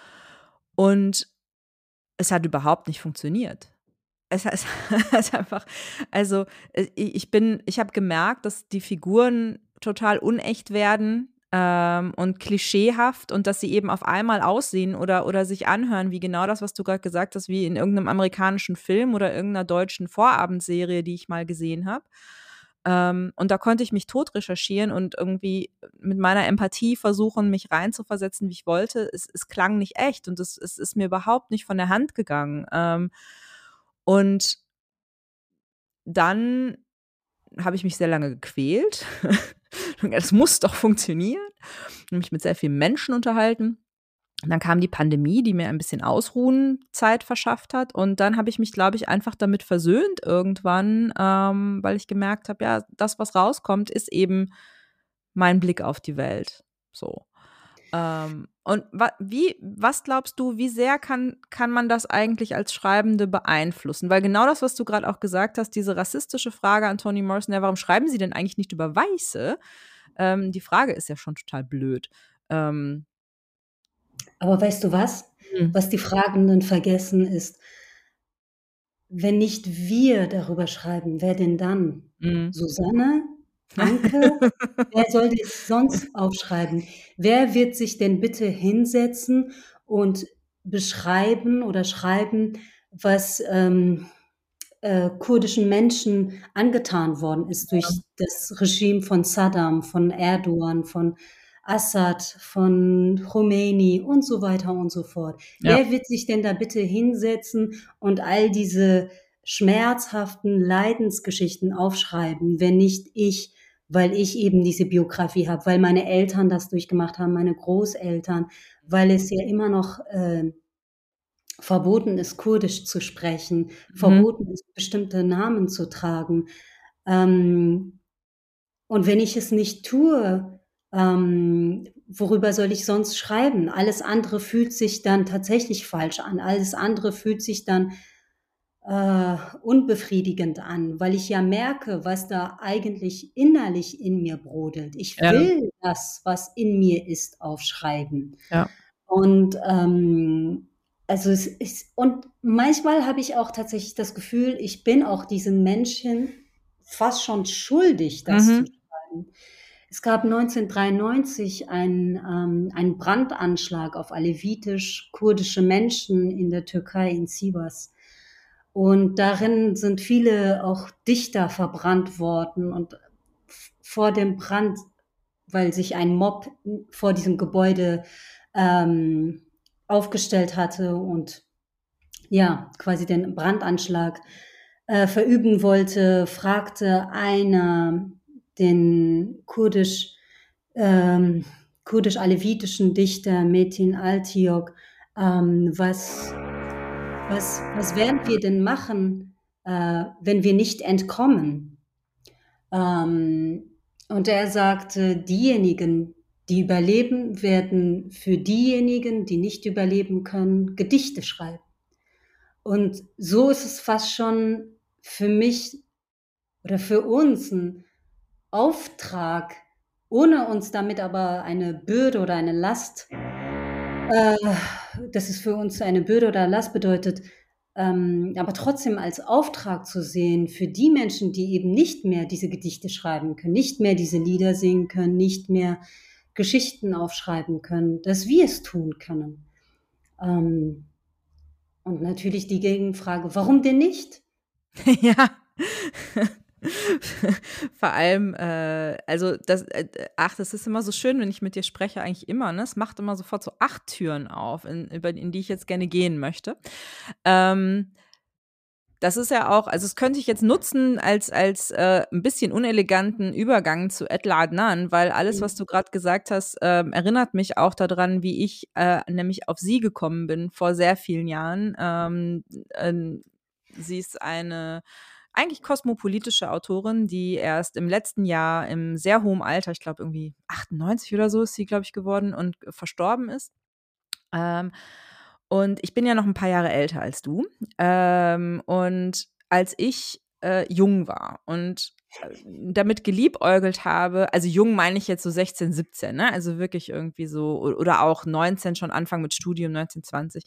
Und es hat überhaupt nicht funktioniert. Es es ist einfach, also, äh, ich bin ich habe gemerkt, dass die Figuren total unecht werden, ähm, und klischeehaft und dass sie eben auf einmal aussehen oder oder sich anhören wie genau das, was du gerade gesagt hast, wie in irgendeinem amerikanischen Film oder irgendeiner deutschen Vorabendserie, die ich mal gesehen habe. Ähm, und da konnte ich mich tot recherchieren und irgendwie mit meiner Empathie versuchen, mich reinzuversetzen, wie ich wollte. Es es klang nicht echt und es es ist mir überhaupt nicht von der Hand gegangen. Ähm, und dann habe ich mich sehr lange gequält. Es muss doch funktionieren. Und mich mit sehr vielen Menschen unterhalten. Und dann kam die Pandemie, die mir ein bisschen Ausruhenzeit verschafft hat. Und dann habe ich mich, glaube ich, einfach damit versöhnt irgendwann, ähm, weil ich gemerkt habe, ja, das, was rauskommt, ist eben mein Blick auf die Welt. So. Ähm, und wa wie was glaubst du, wie sehr kann kann man das eigentlich als Schreibende beeinflussen? Weil genau das, was du gerade auch gesagt hast, diese rassistische Frage an Toni Morrison: „Ja, warum schreiben Sie denn eigentlich nicht über Weiße?“ Ähm, die Frage ist ja schon total blöd. Ähm, Aber weißt du was? mhm, Was die Fragenden vergessen ist, wenn nicht wir darüber schreiben, wer denn dann? mhm. Susanne? Anke? Wer soll das sonst aufschreiben? Wer wird sich denn bitte hinsetzen und beschreiben oder schreiben, was, ähm, äh, kurdischen Menschen angetan worden ist durch das Regime von Saddam, von Erdogan, von Assad, von Khomeini und so weiter und so fort. Ja, Wer wird sich denn da bitte hinsetzen und all diese schmerzhaften Leidensgeschichten aufschreiben, wenn nicht ich, weil ich eben diese Biografie habe, weil meine Eltern das durchgemacht haben, meine Großeltern, weil es ja immer noch, äh verboten ist, Kurdisch zu sprechen, mhm. verboten ist, bestimmte Namen zu tragen. Ähm, und wenn ich es nicht tue, ähm, worüber soll ich sonst schreiben? Alles andere fühlt sich dann tatsächlich falsch an. Alles andere fühlt sich dann äh, unbefriedigend an, weil ich ja merke, was da eigentlich innerlich in mir brodelt. Ich Ja, will das, was in mir ist, aufschreiben. ja. Und, ähm, also es ist und manchmal habe ich auch tatsächlich das Gefühl, ich bin auch diesem Menschen, fast schon schuldig, das zu Mhm. schreiben. Es gab neunzehnhundertdreiundneunzig einen, ähm, einen Brandanschlag auf alevitisch-kurdische Menschen in der Türkei, in Sivas. Und darin sind viele auch Dichter verbrannt worden. Und f- vor dem Brand, weil sich ein Mob vor diesem Gebäude ähm, aufgestellt hatte und ja, quasi den Brandanschlag äh, verüben wollte, fragte einer den kurdisch, ähm, kurdisch-alevitischen Dichter Metin Altiok, ähm, was, was, was werden wir denn machen, äh, wenn wir nicht entkommen? Ähm, und er sagte, diejenigen, die überleben, werden für diejenigen, die nicht überleben können, Gedichte schreiben. Und so ist es fast schon für mich oder für uns ein Auftrag, ohne uns damit aber eine Bürde oder eine Last, äh, dass es für uns eine Bürde oder Last bedeutet, ähm, aber trotzdem als Auftrag zu sehen für die Menschen, die eben nicht mehr diese Gedichte schreiben können, nicht mehr diese Lieder singen können, nicht mehr Geschichten aufschreiben können, dass wir es tun können. Ähm, und natürlich die Gegenfrage, warum denn nicht? Ja. Vor allem, äh, also das, äh, ach, das ist immer so schön, wenn ich mit dir spreche, eigentlich immer, ne? Es macht immer sofort so acht Türen auf, in, über, in die ich jetzt gerne gehen möchte. Ähm, Das ist ja auch, also das könnte ich jetzt nutzen als, als äh, ein bisschen uneleganten Übergang zu Etla Adnan, weil alles, was du gerade gesagt hast, ähm, erinnert mich auch daran, wie ich äh, nämlich auf sie gekommen bin vor sehr vielen Jahren. Ähm, ähm, sie ist eine eigentlich kosmopolitische Autorin, die erst im letzten Jahr im sehr hohen Alter, ich glaube irgendwie achtundneunzig oder so ist sie, glaube ich, geworden und verstorben ist. Ähm, und ich bin ja noch ein paar Jahre älter als du. Ähm, und als ich äh, jung war und äh, damit geliebäugelt habe, also jung meine ich jetzt so sechzehn, siebzehn, ne? Also wirklich irgendwie so, oder auch neunzehn, schon Anfang mit Studium, neunzehn, zwanzig.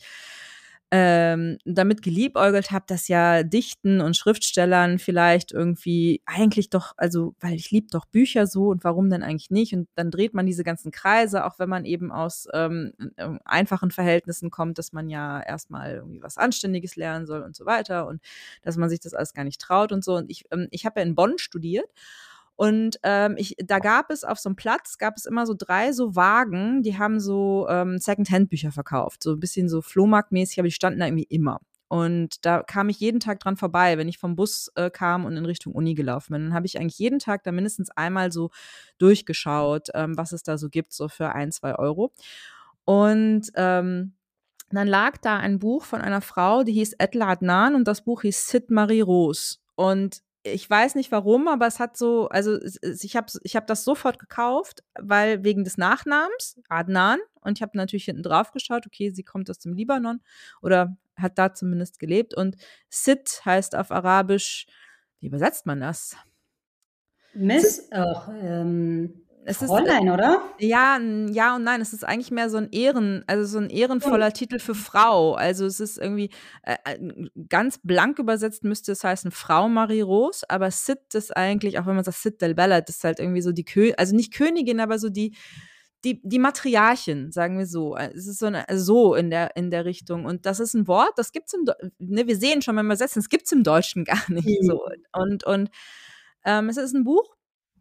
Ähm, damit geliebäugelt habe, dass ja Dichten und Schriftstellern vielleicht irgendwie eigentlich doch, also weil ich liebe doch Bücher so und warum denn eigentlich nicht? Und dann dreht man diese ganzen Kreise, auch wenn man eben aus ähm, ähm, einfachen Verhältnissen kommt, dass man ja erstmal irgendwie was Anständiges lernen soll und so weiter und dass man sich das alles gar nicht traut und so. Und ich, ähm, ich habe ja in Bonn studiert. Und ähm, ich, da gab es auf so einem Platz, gab es immer so drei so Wagen, die haben so ähm, Second-Hand-Bücher verkauft, so ein bisschen so Flohmarktmäßig, aber die standen da irgendwie immer. Und da kam ich jeden Tag dran vorbei, wenn ich vom Bus äh, kam und in Richtung Uni gelaufen bin. Dann habe ich eigentlich jeden Tag da mindestens einmal so durchgeschaut, ähm, was es da so gibt, so für ein, zwei Euro. Und ähm, dann lag da ein Buch von einer Frau, die hieß Etla Adnan und das Buch hieß Sid Marie Rose. Und ich weiß nicht warum, aber es hat so, also ich habe ich hab das sofort gekauft, weil wegen des Nachnamens Adnan, und ich habe natürlich hinten drauf geschaut, okay, sie kommt aus dem Libanon oder hat da zumindest gelebt, und Sid heißt auf Arabisch, wie übersetzt man das? Sid, Miss, auch ähm, es ist äh, Fräulein, oder? ja, n ja und nein. Es ist eigentlich mehr so 'n Ehren also, so 'n Schon. ehrenvoller Titel für Frau. Also, es ist irgendwie, äh, äh, ganz blank übersetzt müsste es heißen Frau Marie Rose, aber Sid ist eigentlich, auch wenn man sagt Sid del Bellad, ist halt irgendwie so die Kö also, nicht Königin, aber so die die die Matriarchin, sagen wir so. Äh, es ist so 'ne so in der in der Richtung. Und das ist 'n Wort, das gibt's im Deu ne, wir sehen schon beim Übersetzen, das gibt's im Deutschen gar nicht so. Mhm. Und und, ähm, es ist 'n Buch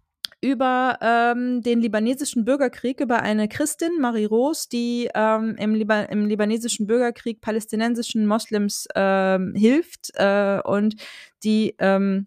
über ähm, den libanesischen Bürgerkrieg, über eine Christin, Marie Rose, die ähm, im, Liba im libanesischen Bürgerkrieg palästinensischen Moslems ähm, hilft äh, und die ähm,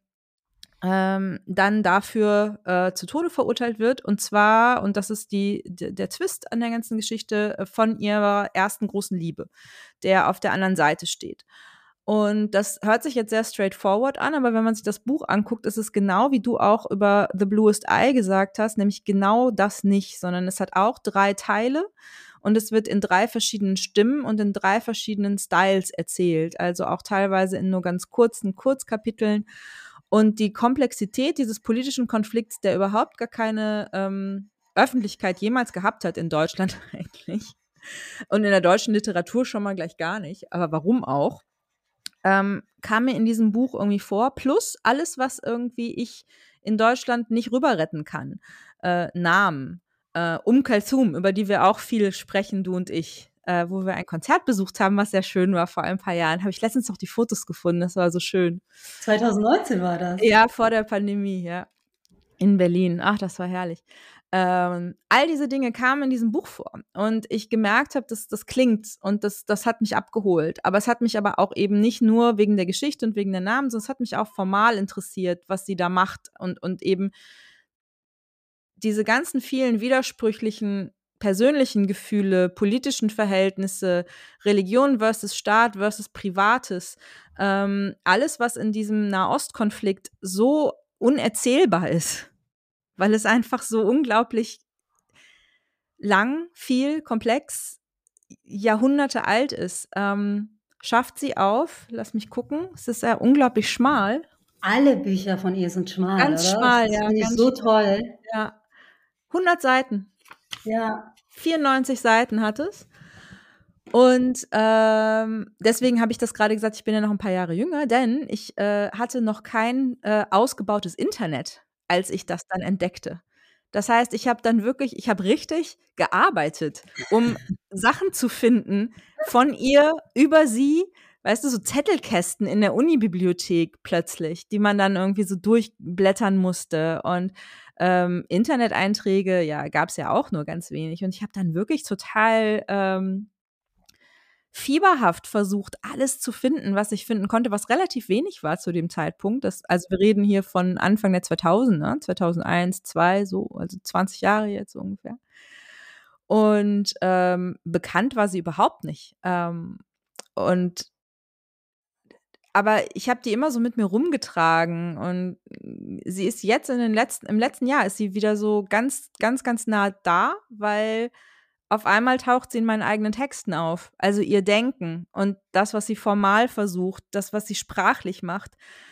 ähm, dann dafür äh, zu Tode verurteilt wird. Und zwar, und das ist die, d- der Twist an der ganzen Geschichte, äh, von ihrer ersten großen Liebe, der auf der anderen Seite steht. Und das hört sich jetzt sehr straightforward an, aber wenn man sich das Buch anguckt, ist es genau wie du auch über The Bluest Eye gesagt hast, nämlich genau das nicht, sondern es hat auch drei Teile und es wird in drei verschiedenen Stimmen und in drei verschiedenen Styles erzählt, also auch teilweise in nur ganz kurzen Kurzkapiteln. Und die Komplexität dieses politischen Konflikts, der überhaupt gar keine ähm, Öffentlichkeit jemals gehabt hat in Deutschland eigentlich und in der deutschen Literatur schon mal gleich gar nicht, aber warum auch? ähm, kam mir in diesem Buch irgendwie vor, plus alles, was irgendwie ich in Deutschland nicht rüber retten kann. Äh, Namen, äh, Um Kulthum, über die wir auch viel sprechen, du und ich, äh, wo wir ein Konzert besucht haben, was sehr schön war vor ein paar Jahren. Habe ich letztens noch die Fotos gefunden, das war so schön. zwanzig neunzehn war das? Ja, vor der Pandemie, ja. In Berlin. Ach, das war herrlich. Ähm, all diese Dinge kamen in diesem Buch vor. Und ich gemerkt habe, dass das klingt und das, das hat mich abgeholt. Aber es hat mich aber auch eben nicht nur wegen der Geschichte und wegen der Namen, sondern es hat mich auch formal interessiert, was sie da macht und, und eben diese ganzen vielen widersprüchlichen persönlichen Gefühle, politischen Verhältnisse, Religion versus Staat versus Privates, ähm, alles, was in diesem Nahostkonflikt so unerzählbar ist, weil es einfach so unglaublich lang, viel, komplex, Jahrhunderte alt ist, ähm, schafft sie auf, lass mich gucken, es ist ja unglaublich schmal. Alle Bücher von ihr sind schmal, Ganz oder? schmal, Das ja. finde ich Ganz so schmal. toll. Ja. hundert Seiten. Ja. vierundneunzig Seiten hat es. Und ähm, deswegen habe ich das gerade gesagt, ich bin ja noch ein paar Jahre jünger, denn ich äh, hatte noch kein äh, ausgebautes Internet, als ich das dann entdeckte. Das heißt, ich habe dann wirklich, ich habe richtig gearbeitet, um Sachen zu finden von ihr über sie, weißt du, so Zettelkästen in der Unibibliothek plötzlich, die man dann irgendwie so durchblättern musste. Und ähm, Internet-Einträge, ja, gab es ja auch nur ganz wenig. Und ich habe dann wirklich total ähm, fieberhaft versucht, alles zu finden, was ich finden konnte, was relativ wenig war zu dem Zeitpunkt. Das, also wir reden hier von Anfang der zweitausender, zweitausendeins, zwei, so, also zwanzig Jahre jetzt so ungefähr. Und ähm, bekannt war sie überhaupt nicht. Ähm, und aber ich habe die immer so mit mir rumgetragen und sie ist jetzt in den letzten, im letzten Jahr ist sie wieder so ganz, ganz, ganz nah da, weil auf einmal taucht sie in meinen eigenen Texten auf. Also ihr Denken und das, was sie formal versucht, das, was sie sprachlich macht,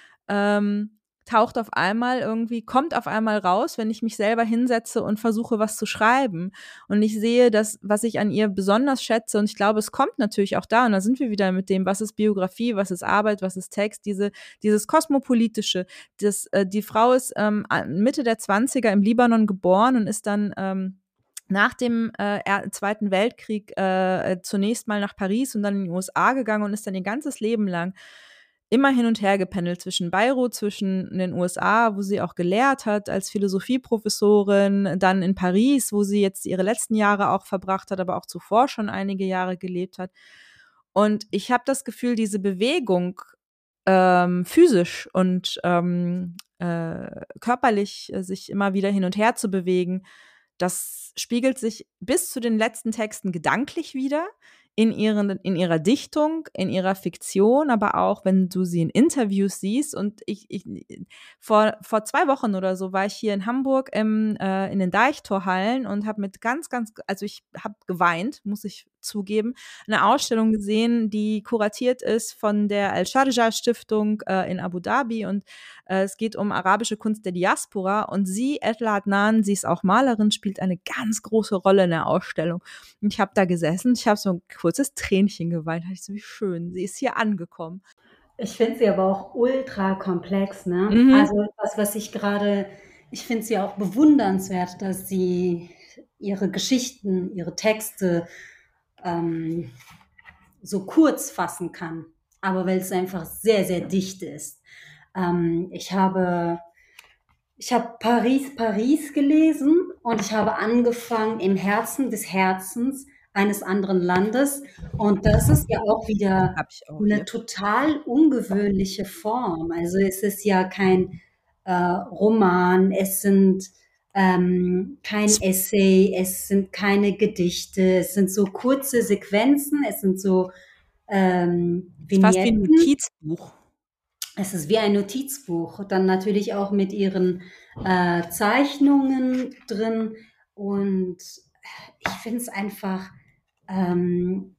ähm, taucht auf einmal irgendwie, kommt auf einmal raus, wenn ich mich selber hinsetze und versuche, was zu schreiben. Und ich sehe das, was ich an ihr besonders schätze, und ich glaube, es kommt natürlich auch da, und da sind wir wieder mit dem, was ist Biografie, was ist Arbeit, was ist Text, diese, dieses Kosmopolitische. Das, äh, die Frau ist ähm, Mitte der Zwanziger im Libanon geboren und ist dann ähm, nach dem äh, Zweiten Weltkrieg äh, zunächst mal nach Paris und dann in die U S A gegangen und ist dann ihr ganzes Leben lang immer hin und her gependelt zwischen Beirut, zwischen den U S A, wo sie auch gelehrt hat als Philosophieprofessorin, dann in Paris, wo sie jetzt ihre letzten Jahre auch verbracht hat, aber auch zuvor schon einige Jahre gelebt hat. Und ich habe das Gefühl, diese Bewegung ähm, physisch und ähm, äh, körperlich äh, sich immer wieder hin und her zu bewegen, das spiegelt sich bis zu den letzten Texten gedanklich wieder in, ihren, in ihrer Dichtung, in ihrer Fiktion, aber auch, wenn du sie in Interviews siehst. Und ich, ich vor, vor zwei Wochen oder so war ich hier in Hamburg im, äh, in den Deichtorhallen und habe mit ganz, ganz, also ich habe geweint, muss ich zugeben, eine Ausstellung gesehen, die kuratiert ist von der Al-Sharjah-Stiftung äh, in Abu Dhabi, und äh, es geht um arabische Kunst der Diaspora, und sie, Etla Adnan, sie ist auch Malerin, spielt eine ganz große Rolle in der Ausstellung. Und ich habe da gesessen, ich habe so ein kurzes Tränchen geweint, dachte ich so, wie schön, sie ist hier angekommen. Ich finde sie aber auch ultra komplex, ne? Mhm. Also das, was ich gerade, ich finde sie auch bewundernswert, dass sie ihre Geschichten, ihre Texte ähm, so kurz fassen kann, aber weil es einfach sehr, sehr dicht ist. Ähm, ich habe, ich habe Paris, Paris gelesen und ich habe angefangen im Herzen des Herzens eines anderen Landes, und das ist ja auch wieder Hab ich auch, eine ja. total ungewöhnliche Form. Also es ist ja kein äh, Roman, es sind ähm, kein Essay, es sind keine Gedichte, es sind so kurze Sequenzen, es sind so ähm, Fast wie ein Vignetten. Notizbuch. Es ist wie ein Notizbuch, dann natürlich auch mit ihren äh, Zeichnungen drin, und ich finde es einfach, ähm,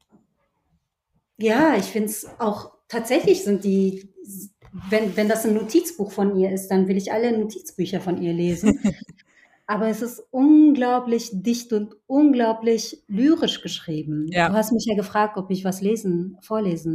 ja, ich finde es auch, tatsächlich sind die, wenn, wenn das ein Notizbuch von ihr ist, dann will ich alle Notizbücher von ihr lesen. Aber es ist unglaublich dicht und unglaublich lyrisch geschrieben. Ja. Du hast mich ja gefragt, ob ich was lesen, vorlesen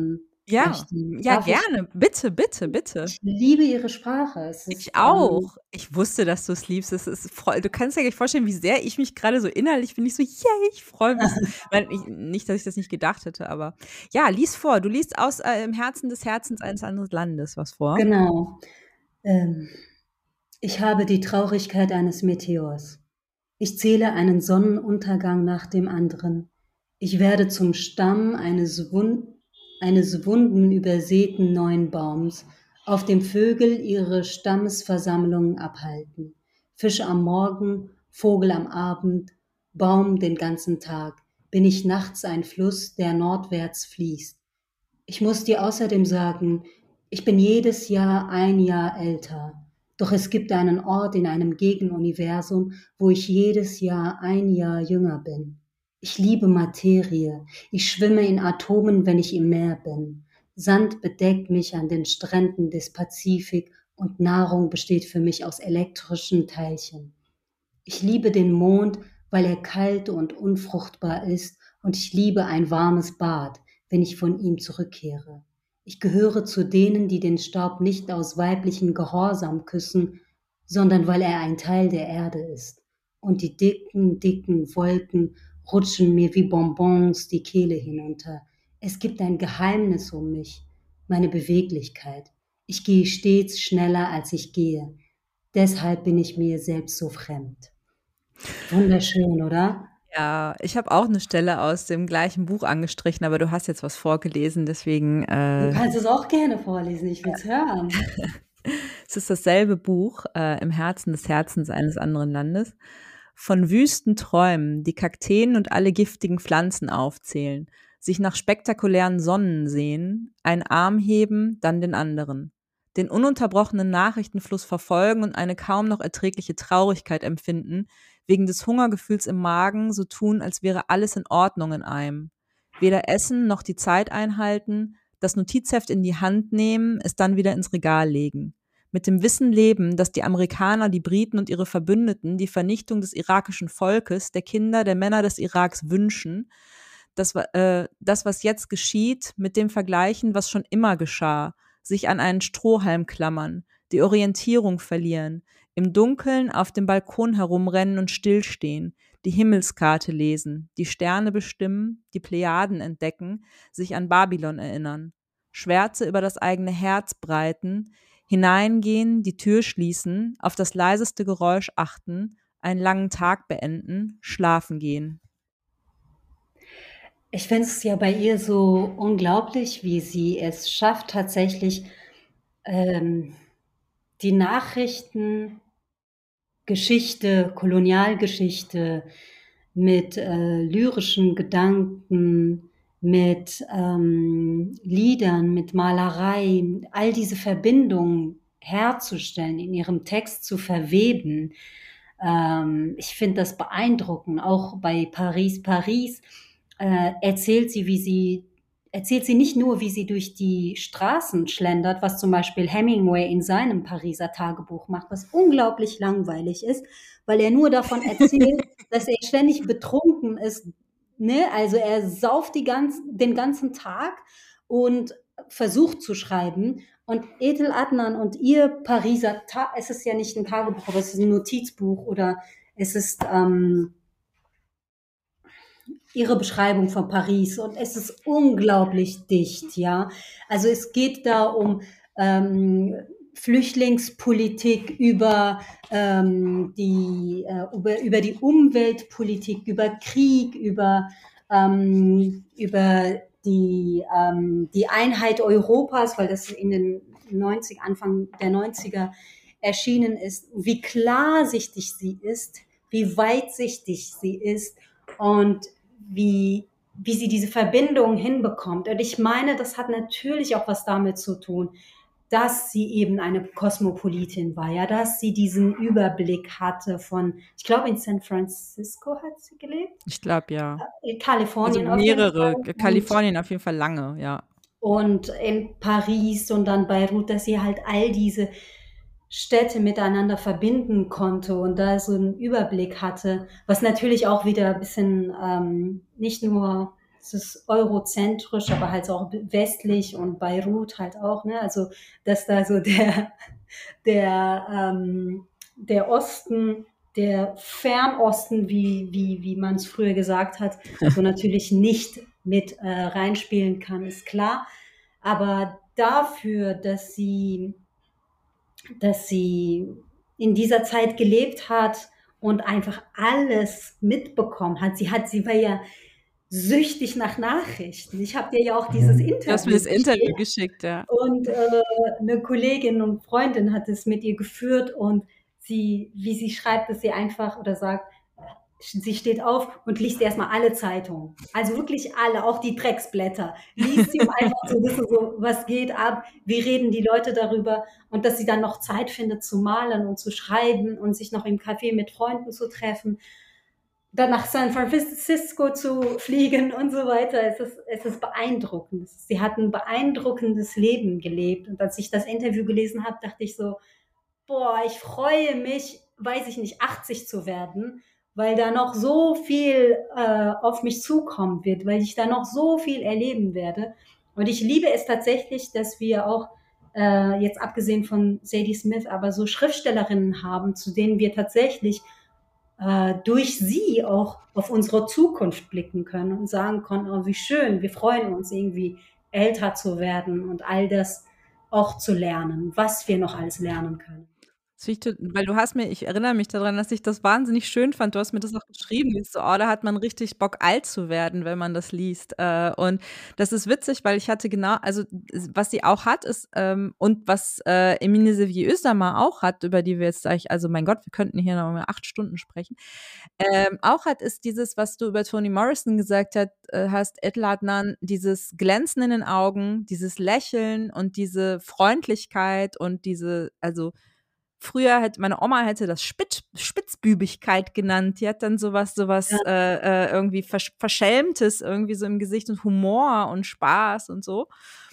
Ja, sprechen. ja, Darf ich? gerne. Bitte, bitte, bitte. Ich liebe ihre Sprache. Es ist, Ich ähm, auch. Ich wusste, dass du es liebst. Es ist voll, du kannst dir gar nicht vorstellen, wie sehr ich mich gerade so innerlich bin. Ich so, yay, ich freue mich. Weil ich, nicht, dass ich das nicht gedacht hätte, aber ja, lies vor. Du liest aus äh, im Herzen des Herzens eines anderen Landes was vor. genau. Ähm, ich habe die Traurigkeit eines Meteors. Ich zähle einen Sonnenuntergang nach dem anderen. Ich werde zum Stamm eines, wund eines wunden, übersäten neuen Baums, auf dem Vögel ihre Stammesversammlungen abhalten. Fisch am Morgen, Vogel am Abend, Baum den ganzen Tag. Bin ich nachts ein Fluss, der nordwärts fließt. Ich muss dir außerdem sagen, ich bin jedes Jahr ein Jahr älter. Doch es gibt einen Ort in einem Gegenuniversum, wo ich jedes Jahr ein Jahr jünger bin. Ich liebe Materie. Ich schwimme in Atomen, wenn ich im Meer bin. Sand bedeckt mich an den Stränden des Pazifik und Nahrung besteht für mich aus elektrischen Teilchen. Ich liebe den Mond, weil er kalt und unfruchtbar ist, und ich liebe ein warmes Bad, wenn ich von ihm zurückkehre. Ich gehöre zu denen, die den Staub nicht aus weiblichem Gehorsam küssen, sondern weil er ein Teil der Erde ist. Und die dicken, dicken Wolken rutschen mir wie Bonbons die Kehle hinunter. Es gibt ein Geheimnis um mich, meine Beweglichkeit. Ich gehe stets schneller, als ich gehe. Deshalb bin ich mir selbst so fremd. Wunderschön, oder? Ja, ich habe auch eine Stelle aus dem gleichen Buch angestrichen, aber du hast jetzt was vorgelesen, deswegen Du äh, kannst es auch gerne vorlesen, ich will's hören. es ist dasselbe Buch, äh, Im Herzen des Herzens eines anderen Landes. Von wüsten Träumen, die Kakteen und alle giftigen Pflanzen aufzählen, sich nach spektakulären Sonnen sehen, einen Arm heben, dann den anderen. Den ununterbrochenen Nachrichtenfluss verfolgen und eine kaum noch erträgliche Traurigkeit empfinden, wegen des Hungergefühls im Magen, so tun, als wäre alles in Ordnung in einem. Weder essen noch die Zeit einhalten, das Notizheft in die Hand nehmen, es dann wieder ins Regal legen. Mit dem Wissen leben, dass die Amerikaner, die Briten und ihre Verbündeten die Vernichtung des irakischen Volkes, der Kinder, der Männer des Iraks wünschen, das, äh, das, was jetzt geschieht, mit dem vergleichen, was schon immer geschah, sich an einen Strohhalm klammern, die Orientierung verlieren, im Dunkeln auf dem Balkon herumrennen und stillstehen, die Himmelskarte lesen, die Sterne bestimmen, die Plejaden entdecken, sich an Babylon erinnern, Schwärze über das eigene Herz breiten, hineingehen, die Tür schließen, auf das leiseste Geräusch achten, einen langen Tag beenden, schlafen gehen. Ich finde es ja bei ihr so unglaublich, wie sie es schafft, tatsächlich ähm, die Nachrichten, Geschichte, Kolonialgeschichte mit äh, lyrischen Gedanken, mit ähm, Liedern, mit Malerei, all diese Verbindungen herzustellen, in ihrem Text zu verweben. Ähm, ich finde das beeindruckend. Auch bei Paris, Paris äh, erzählt sie, wie sie erzählt sie nicht nur, wie sie durch die Straßen schlendert, was zum Beispiel Hemingway in seinem Pariser Tagebuch macht, was unglaublich langweilig ist, weil er nur davon erzählt, dass er ständig betrunken ist. Ne? Also er sauft die ganz, den ganzen Tag und versucht zu schreiben. Und Ethel Adnan und ihr Pariser, Ta- es ist ja nicht ein Tagebuch, aber es ist ein Notizbuch oder es ist ähm, ihre Beschreibung von Paris und es ist unglaublich dicht, ja. Also es geht da um ähm, Flüchtlingspolitik, über, ähm, die, äh, über, über die Umweltpolitik, über Krieg, über, ähm, über die, ähm, die Einheit Europas, weil das in den neunzig, Anfang der neunziger erschienen ist, wie klarsichtig sie ist, wie weitsichtig sie ist und wie, wie sie diese Verbindung hinbekommt. Und ich meine, das hat natürlich auch was damit zu tun, dass sie eben eine Kosmopolitin war, ja, dass sie diesen Überblick hatte von, ich glaube, in San Francisco hat sie gelebt. Ich glaube, ja. In Also Kalifornien auf jeden mehrere, Fall. Kalifornien auf jeden Fall lange, ja. Und in Paris und dann Beirut, dass sie halt all diese Städte miteinander verbinden konnte und da so einen Überblick hatte, was natürlich auch wieder ein bisschen ähm, nicht nur es ist eurozentrisch, aber halt auch westlich und Beirut halt auch, ne? Also, dass da so der, der, ähm, der Osten, der Fernosten, wie, wie, wie man es früher gesagt hat, so natürlich nicht mit äh, reinspielen kann, ist klar. Aber dafür, dass sie, dass sie in dieser Zeit gelebt hat und einfach alles mitbekommen hat. Sie hat, sie war ja süchtig nach Nachrichten. Ich habe dir ja auch dieses Du hast mir Interview das Interview geschickt geschickt, ja. und äh, eine Kollegin und Freundin hat es mit ihr geführt und sie, wie sie schreibt, dass sie einfach oder sagt, sie steht auf und liest erstmal alle Zeitungen. Also wirklich alle, auch die Drecksblätter. Liest sie, um einfach zu wissen, so, was geht ab, wie reden die Leute darüber und dass sie dann noch Zeit findet zu malen und zu schreiben und sich noch im Café mit Freunden zu treffen, dann nach San Francisco zu fliegen und so weiter. Es ist, es ist beeindruckend. Sie hat ein beeindruckendes Leben gelebt. Und als ich das Interview gelesen habe, dachte ich so, boah, ich freue mich, weiß ich nicht, achtzig zu werden, weil da noch so viel äh, auf mich zukommen wird, weil ich da noch so viel erleben werde. Und ich liebe es tatsächlich, dass wir auch äh, jetzt abgesehen von Sadie Smith, aber so Schriftstellerinnen haben, zu denen wir tatsächlich äh, durch sie auch auf unsere Zukunft blicken können und sagen können, oh, wie schön, wir freuen uns irgendwie älter zu werden und all das auch zu lernen, was wir noch alles lernen können. Weil du hast mir, ich erinnere mich daran, dass ich das wahnsinnig schön fand. Du hast mir das auch geschrieben. So, oh, da hat man richtig Bock, alt zu werden, wenn man das liest. Und das ist witzig, weil ich hatte genau, also was sie auch hat, ist, ähm, und was äh, Emine Sevier Özdamar auch hat, über die wir jetzt gleich, also mein Gott, wir könnten hier noch mal acht Stunden sprechen, ähm, auch hat, ist dieses, was du über Toni Morrison gesagt hat, äh, hast, Edel Adnan, dieses Glänzen in den Augen, dieses Lächeln und diese Freundlichkeit und diese, also früher hätte meine Oma hätte das Spitz, Spitzbübigkeit genannt. Die hat dann sowas, sowas Ja. äh, äh, irgendwie Versch Verschämtes irgendwie so im Gesicht und Humor und Spaß und so.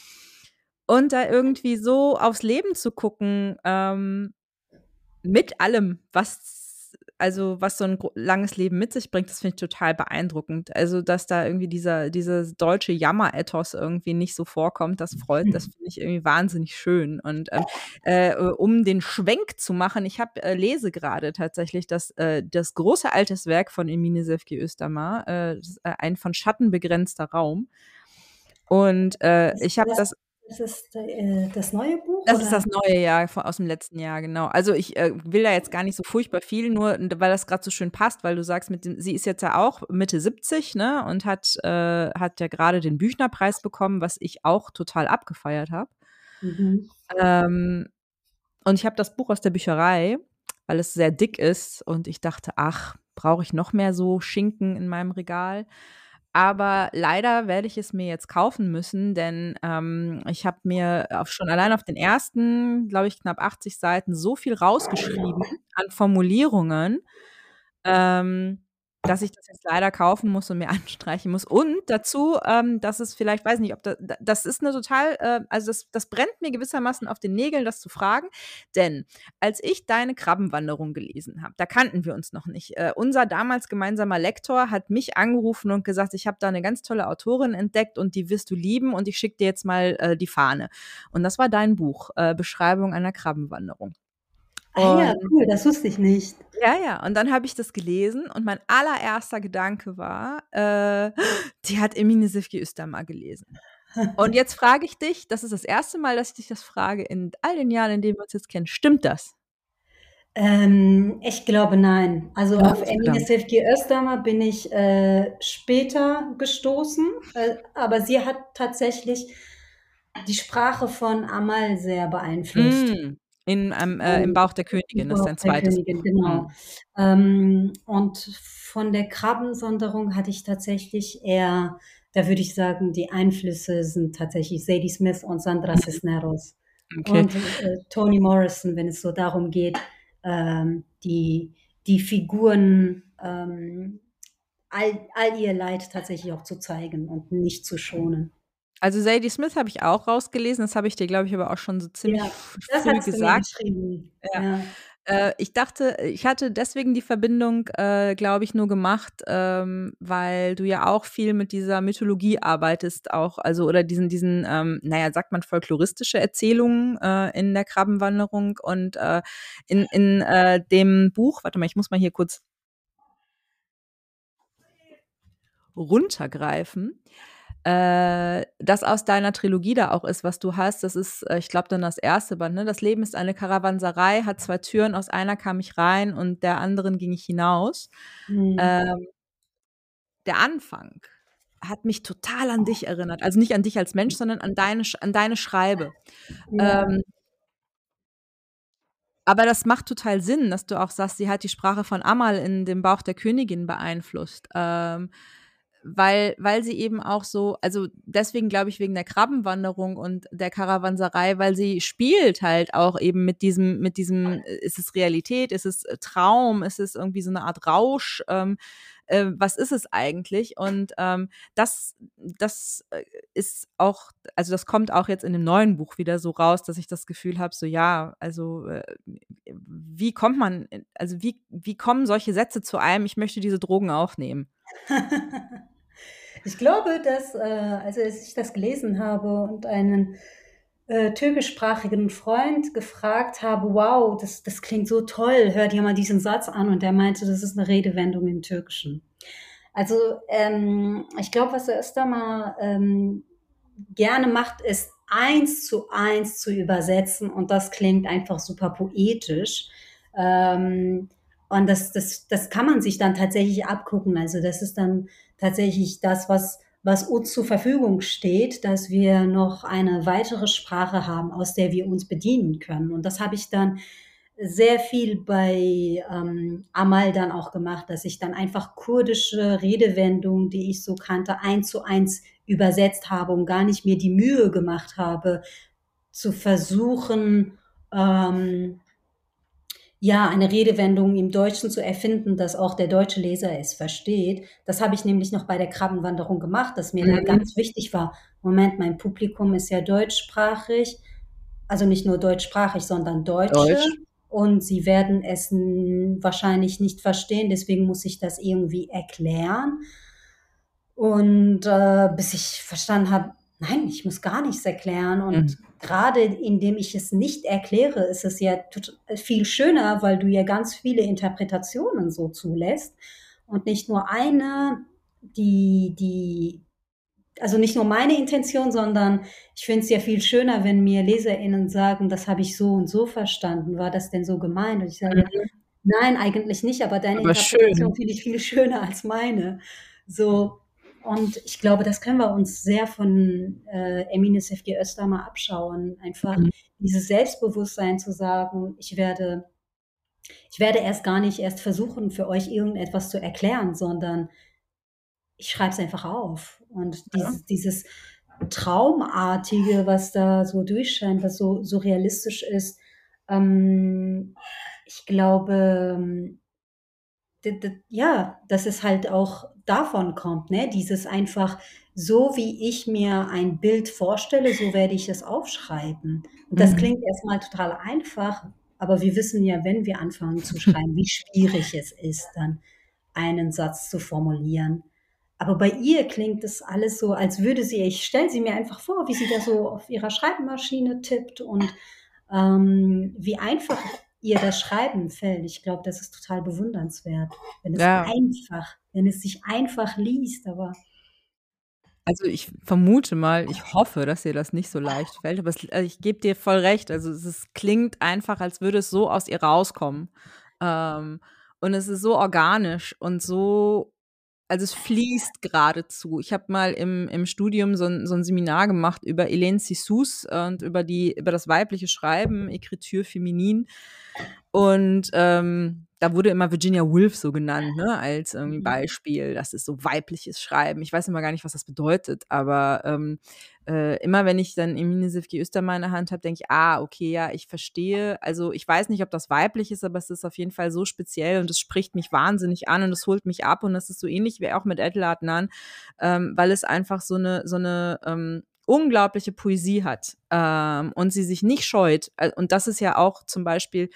Und da irgendwie so aufs Leben zu gucken, ähm, mit allem, was also was so ein langes Leben mit sich bringt, das finde ich total beeindruckend. Also, dass da irgendwie dieser dieses deutsche Jammerethos irgendwie nicht so vorkommt, das freut, das finde ich irgendwie wahnsinnig schön. Und ähm, äh, um den Schwenk zu machen, ich habe äh, lese gerade tatsächlich das äh, das große altes Werk von Emine Sevgi Özdamar, äh, das, äh, ein von Schatten begrenzter Raum. Und äh, ich habe das Das ist äh, das neue Buch? Das oder? ist das neue Jahr von, aus dem letzten Jahr, genau. Also ich äh, will da jetzt gar nicht so furchtbar viel, nur weil das gerade so schön passt, weil du sagst, mit dem, sie ist jetzt ja auch Mitte siebzig, ne, und hat, äh, hat ja gerade den Büchnerpreis bekommen, was ich auch total abgefeiert habe. Mhm. Ähm, und ich habe das Buch aus der Bücherei, weil es sehr dick ist und ich dachte, ach, brauche ich noch mehr so Schinken in meinem Regal? Aber leider werde ich es mir jetzt kaufen müssen, denn ähm, ich habe mir auf, schon allein auf den ersten, glaube ich, knapp achtzig Seiten so viel rausgeschrieben an Formulierungen, ähm, dass ich das jetzt leider kaufen muss und mir anstreichen muss. Und dazu, ähm, dass es vielleicht, weiß nicht, ob da, das ist eine total, äh, also das, das brennt mir gewissermaßen auf den Nägeln, das zu fragen. Denn als ich deine Krabbenwanderung gelesen habe, da kannten wir uns noch nicht. Äh, unser damals gemeinsamer Lektor hat mich angerufen und gesagt, ich habe da eine ganz tolle Autorin entdeckt und die wirst du lieben und ich schicke dir jetzt mal äh, die Fahne. Und das war dein Buch, äh, Beschreibung einer Krabbenwanderung. Ah ja, Und cool, das wusste ich nicht. ja, ja. Und dann habe ich das gelesen und mein allererster Gedanke war, äh, die hat Emine Sevgi Özdamar gelesen. Und jetzt frage ich dich, das ist das erste Mal, dass ich dich das frage, in all den Jahren, in denen wir uns jetzt kennen. Stimmt das? Ähm, ich glaube, nein. Also Ach, auf Emine verdammt. Sevgi Özdamar bin ich äh, später gestoßen, äh, aber sie hat tatsächlich die Sprache von Amal sehr beeinflusst. Mm, in, ähm, äh, Im Ähm, Bauch der Königin, das ist Buch ein der zweites Königin, Buch. genau. Mm. Ähm, und von der Krabbensonderung hatte ich tatsächlich eher, da würde ich sagen, die Einflüsse sind tatsächlich Sadie Smith und Sandra Cisneros. Okay. Und äh, Toni Morrison, wenn es so darum geht, ähm, die, die Figuren, ähm, all, all ihr Leid tatsächlich auch zu zeigen und nicht zu schonen. Also Sadie Smith habe ich auch rausgelesen, das habe ich dir, glaube ich, aber auch schon so ziemlich Ja, f- das früh hast du mir gesagt. geschrieben. Ja. Ja. Äh, ich dachte, ich hatte deswegen die Verbindung, äh, glaube ich, nur gemacht, ähm, weil du ja auch viel mit dieser Mythologie arbeitest, auch, also oder diesen, diesen, ähm, naja, sagt man folkloristische Erzählungen äh, in der Krabbenwanderung und äh, in, in äh, dem Buch, warte mal, ich muss mal hier kurz runtergreifen. Äh, das aus deiner Trilogie da auch ist, was du hast, das ist, äh, ich glaube, dann das erste Band, ne? Das Leben ist eine Karawanserei, hat zwei Türen, aus einer kam ich rein und der anderen ging ich hinaus. Mhm. Ähm, der Anfang hat mich total an dich erinnert. Also nicht an dich als Mensch, sondern an deine, Sch- an deine Schreibe. Ja. Ähm, aber das macht total Sinn, dass du auch sagst, sie hat die Sprache von Amal in dem Bauch der Königin beeinflusst. Ähm, weil, weil sie eben auch so, also deswegen glaube ich wegen der Krabbenwanderung und der Karawanserei, weil sie spielt halt auch eben mit diesem, mit diesem, äh, ist es Realität, ist es äh, Traum, ist es irgendwie so eine Art Rausch, ähm, äh, was ist es eigentlich? Und ähm, das, das äh, ist auch, also das kommt auch jetzt in dem neuen Buch wieder so raus, dass ich das Gefühl habe, so ja, also äh, wie kommt man, also wie, wie kommen solche Sätze zu einem, ich möchte diese Drogen aufnehmen? Ich glaube, dass, äh, also als ich das gelesen habe und einen äh, türkischsprachigen Freund gefragt habe, wow, das, das klingt so toll, hör dir mal diesen Satz an. Und der meinte, das ist eine Redewendung im Türkischen. Also ähm, ich glaube, was er öfter mal ähm, gerne macht, ist eins zu eins zu übersetzen und das klingt einfach super poetisch. Ähm, und das, das, das kann man sich dann tatsächlich abgucken. Also das ist dann tatsächlich das, was, was uns zur Verfügung steht, dass wir noch eine weitere Sprache haben, aus der wir uns bedienen können. Und das habe ich dann sehr viel bei ähm, Amal dann auch gemacht, dass ich dann einfach kurdische Redewendungen, die ich so kannte, eins zu eins übersetzt habe und gar nicht mir die Mühe gemacht habe, zu versuchen, ähm, ja, eine Redewendung im Deutschen zu erfinden, dass auch der deutsche Leser es versteht. Das habe ich nämlich noch bei der Krabbenwanderung gemacht, dass mir da Mhm. ganz wichtig war. Moment, mein Publikum ist ja deutschsprachig, also nicht nur deutschsprachig, sondern Deutsche. Deutsch. Und sie werden es n- wahrscheinlich nicht verstehen, deswegen muss ich das irgendwie erklären. Und äh, bis ich verstanden habe, nein, ich muss gar nichts erklären. Mhm. Und gerade indem ich es nicht erkläre, ist es ja tot- viel schöner, weil du ja ganz viele Interpretationen so zulässt und nicht nur eine, die, die, also nicht nur meine Intention, sondern ich finde es ja viel schöner, wenn mir LeserInnen sagen, das habe ich so und so verstanden. War das denn so gemeint? Und ich sage, Mhm. nein, eigentlich nicht, aber deine Aber Interpretation schön. finde ich viel schöner als meine. So, und ich glaube, das können wir uns sehr von äh, Emine Sevgi Özlama abschauen. Einfach Mhm. dieses Selbstbewusstsein zu sagen, ich werde, ich werde erst gar nicht erst versuchen, für euch irgendetwas zu erklären, sondern ich schreibe es einfach auf. Und Ja. dieses, dieses Traumartige, was da so durchscheint, was so, so realistisch ist, ähm, ich glaube, ähm, d- d- ja, dass es halt auch davon kommt, ne? Dieses einfach, so wie ich mir ein Bild vorstelle, so werde ich es aufschreiben. Und das Mhm. klingt erstmal total einfach, aber wir wissen ja, wenn wir anfangen zu schreiben, wie schwierig es ist, dann einen Satz zu formulieren. Aber bei ihr klingt es alles so, als würde sie, ich stelle sie mir einfach vor, wie sie da so auf ihrer Schreibmaschine tippt und ähm, wie einfach ihr das Schreiben fällt. Ich glaube, das ist total bewundernswert, wenn es Ja, einfach, wenn es sich einfach liest, aber also ich vermute mal, ich hoffe, dass dir das nicht so leicht fällt, aber es, also ich gebe dir voll recht. Also es ist, klingt einfach, als würde es so aus ihr rauskommen. Ähm, und es ist so organisch und so, also es fließt geradezu. Ich habe mal im, im Studium so ein, so ein Seminar gemacht über Hélène Cixous und über die, über das weibliche Schreiben, Écriture féminine. Und ähm, da wurde immer Virginia Woolf so genannt, ne, als irgendwie Beispiel. Das ist so weibliches Schreiben. Ich weiß immer gar nicht, was das bedeutet, aber ähm, äh, immer wenn ich dann Emine Sevgi Öztürk in der Hand habe, denke ich, ah, okay, ja, ich verstehe. Also ich weiß nicht, ob das weiblich ist, aber es ist auf jeden Fall so speziell und es spricht mich wahnsinnig an und es holt mich ab und das ist so ähnlich wie auch mit Edla Adnan, ähm, weil es einfach so eine, so eine ähm, unglaubliche Poesie hat ähm, und sie sich nicht scheut. Äh, Und das ist ja auch zum Beispiel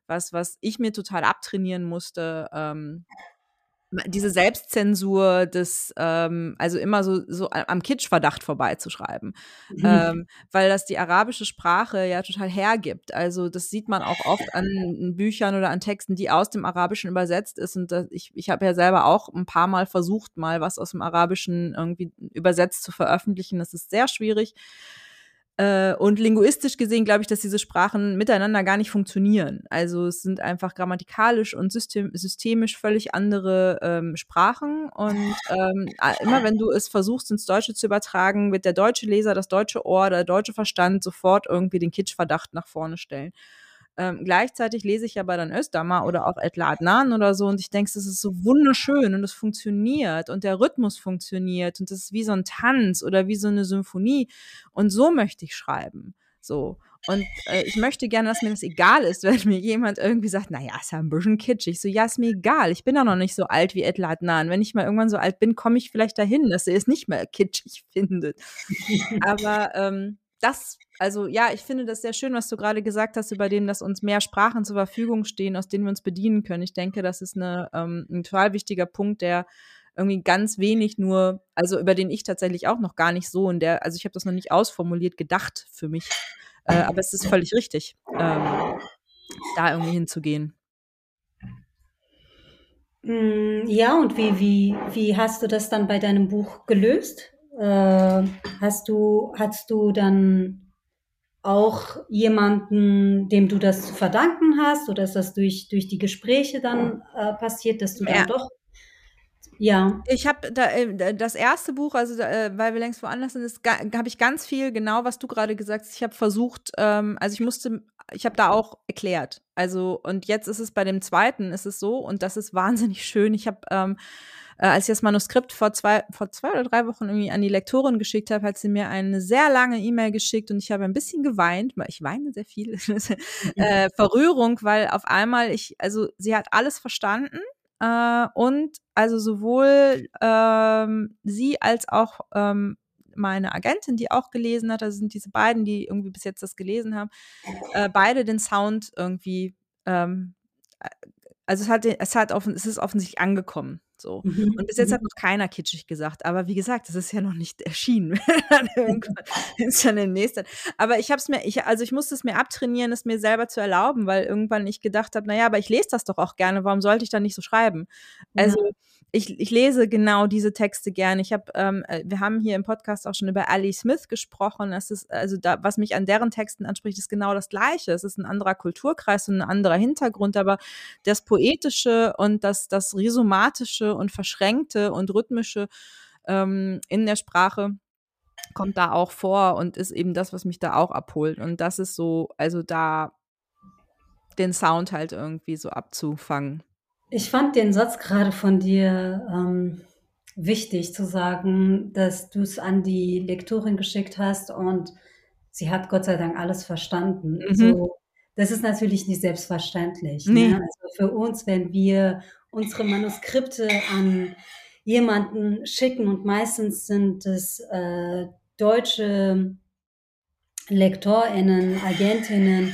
was, was ich mir total abtrainieren musste. Ähm, diese Selbstzensur, des, ähm, also immer so, so am Kitschverdacht vorbeizuschreiben, Mhm. ähm, weil das die arabische Sprache ja total hergibt. Also das sieht man auch oft an Büchern oder an Texten, die aus dem Arabischen übersetzt ist. Und das, ich, ich habe ja selber auch ein paar Mal versucht, mal was aus dem Arabischen irgendwie übersetzt zu veröffentlichen. Das ist sehr schwierig. Äh, und linguistisch gesehen glaube ich, dass diese Sprachen miteinander gar nicht funktionieren. Also es sind einfach grammatikalisch und system systemisch völlig andere ähm, Sprachen. Und ähm, immer wenn du es versuchst, ins Deutsche zu übertragen, wird der deutsche Leser, das deutsche Ohr, der deutsche Verstand sofort irgendwie den Kitschverdacht nach vorne stellen. Ähm, gleichzeitig lese ich ja bei dann Özdamar oder auch Etla Adnan oder so und ich denke, das ist so wunderschön und es funktioniert und der Rhythmus funktioniert und das ist wie so ein Tanz oder wie so eine Symphonie und so möchte ich schreiben. So. Und äh, ich möchte gerne, dass mir das egal ist, wenn mir jemand irgendwie sagt, naja, ist ja ein bisschen kitschig. So, ja, ist mir egal. Ich bin ja noch nicht so alt wie Etla Adnan. Wenn ich mal irgendwann so alt bin, komme ich vielleicht dahin, dass er es nicht mehr kitschig findet. Aber ähm, das, also ja, ich finde das sehr schön, was du gerade gesagt hast, über dem, dass uns mehr Sprachen zur Verfügung stehen, aus denen wir uns bedienen können. Ich denke, das ist eine, ähm, ein total wichtiger Punkt, der irgendwie ganz wenig nur, also über den ich tatsächlich auch noch gar nicht so in der, also ich habe das noch nicht ausformuliert gedacht für mich, äh, aber es ist völlig richtig, ähm, da irgendwie hinzugehen. Ja, und wie, wie, wie hast du das dann bei deinem Buch gelöst? Äh, hast du, hast du dann auch jemanden, dem du das zu verdanken hast, oder ist das durch, durch die Gespräche dann äh, passiert, dass du dann Ja. doch, ja. Ich habe da äh, das erste Buch, also äh, weil wir längst woanders sind, habe ich ganz viel genau, was du gerade gesagt hast. Ich habe versucht, ähm, also ich musste, ich habe da auch erklärt. Also und jetzt ist es bei dem zweiten, ist es so und das ist wahnsinnig schön. Ich habe ähm, äh, als ich das Manuskript vor zwei, vor zwei oder drei Wochen irgendwie an die Lektorin geschickt habe, hat sie mir eine sehr lange E-Mail geschickt und ich habe ein bisschen geweint, weil ich weine sehr viel, äh, Verrührung, weil auf einmal ich, also sie hat alles verstanden. Äh, und also sowohl ähm, sie als auch ähm, meine Agentin, die auch gelesen hat, also sind diese beiden, die irgendwie bis jetzt das gelesen haben, äh, beide den Sound irgendwie, ähm, also es hat, es hat offen, es ist offensichtlich angekommen. So. Mhm. Und bis jetzt hat noch keiner kitschig gesagt. Aber wie gesagt, das ist ja noch nicht erschienen. Irgendwann ist ja der nächste. Aber ich habe es mir, ich, also ich musste es mir abtrainieren, es mir selber zu erlauben, weil irgendwann ich gedacht habe, naja, aber ich lese das doch auch gerne, warum sollte ich dann nicht so schreiben? Also Ja. ich, ich lese genau diese Texte gerne. Ich habe, ähm, wir haben hier im Podcast auch schon über Ali Smith gesprochen. Das ist, also da, was mich an deren Texten anspricht, ist genau das Gleiche. Es ist ein anderer Kulturkreis und ein anderer Hintergrund, aber das Poetische und das, das Rhizomatische und Verschränkte und Rhythmische ähm, in der Sprache kommt da auch vor und ist eben das, was mich da auch abholt. Und das ist so, also da den Sound halt irgendwie so abzufangen. Ich fand den Satz gerade von dir ähm, wichtig zu sagen, dass du es an die Lektorin geschickt hast und sie hat Gott sei Dank alles verstanden. Mhm. So, das ist natürlich nicht selbstverständlich. Nee. Ne? Also für uns, wenn wir unsere Manuskripte an jemanden schicken und meistens sind es äh, deutsche LektorInnen, AgentInnen,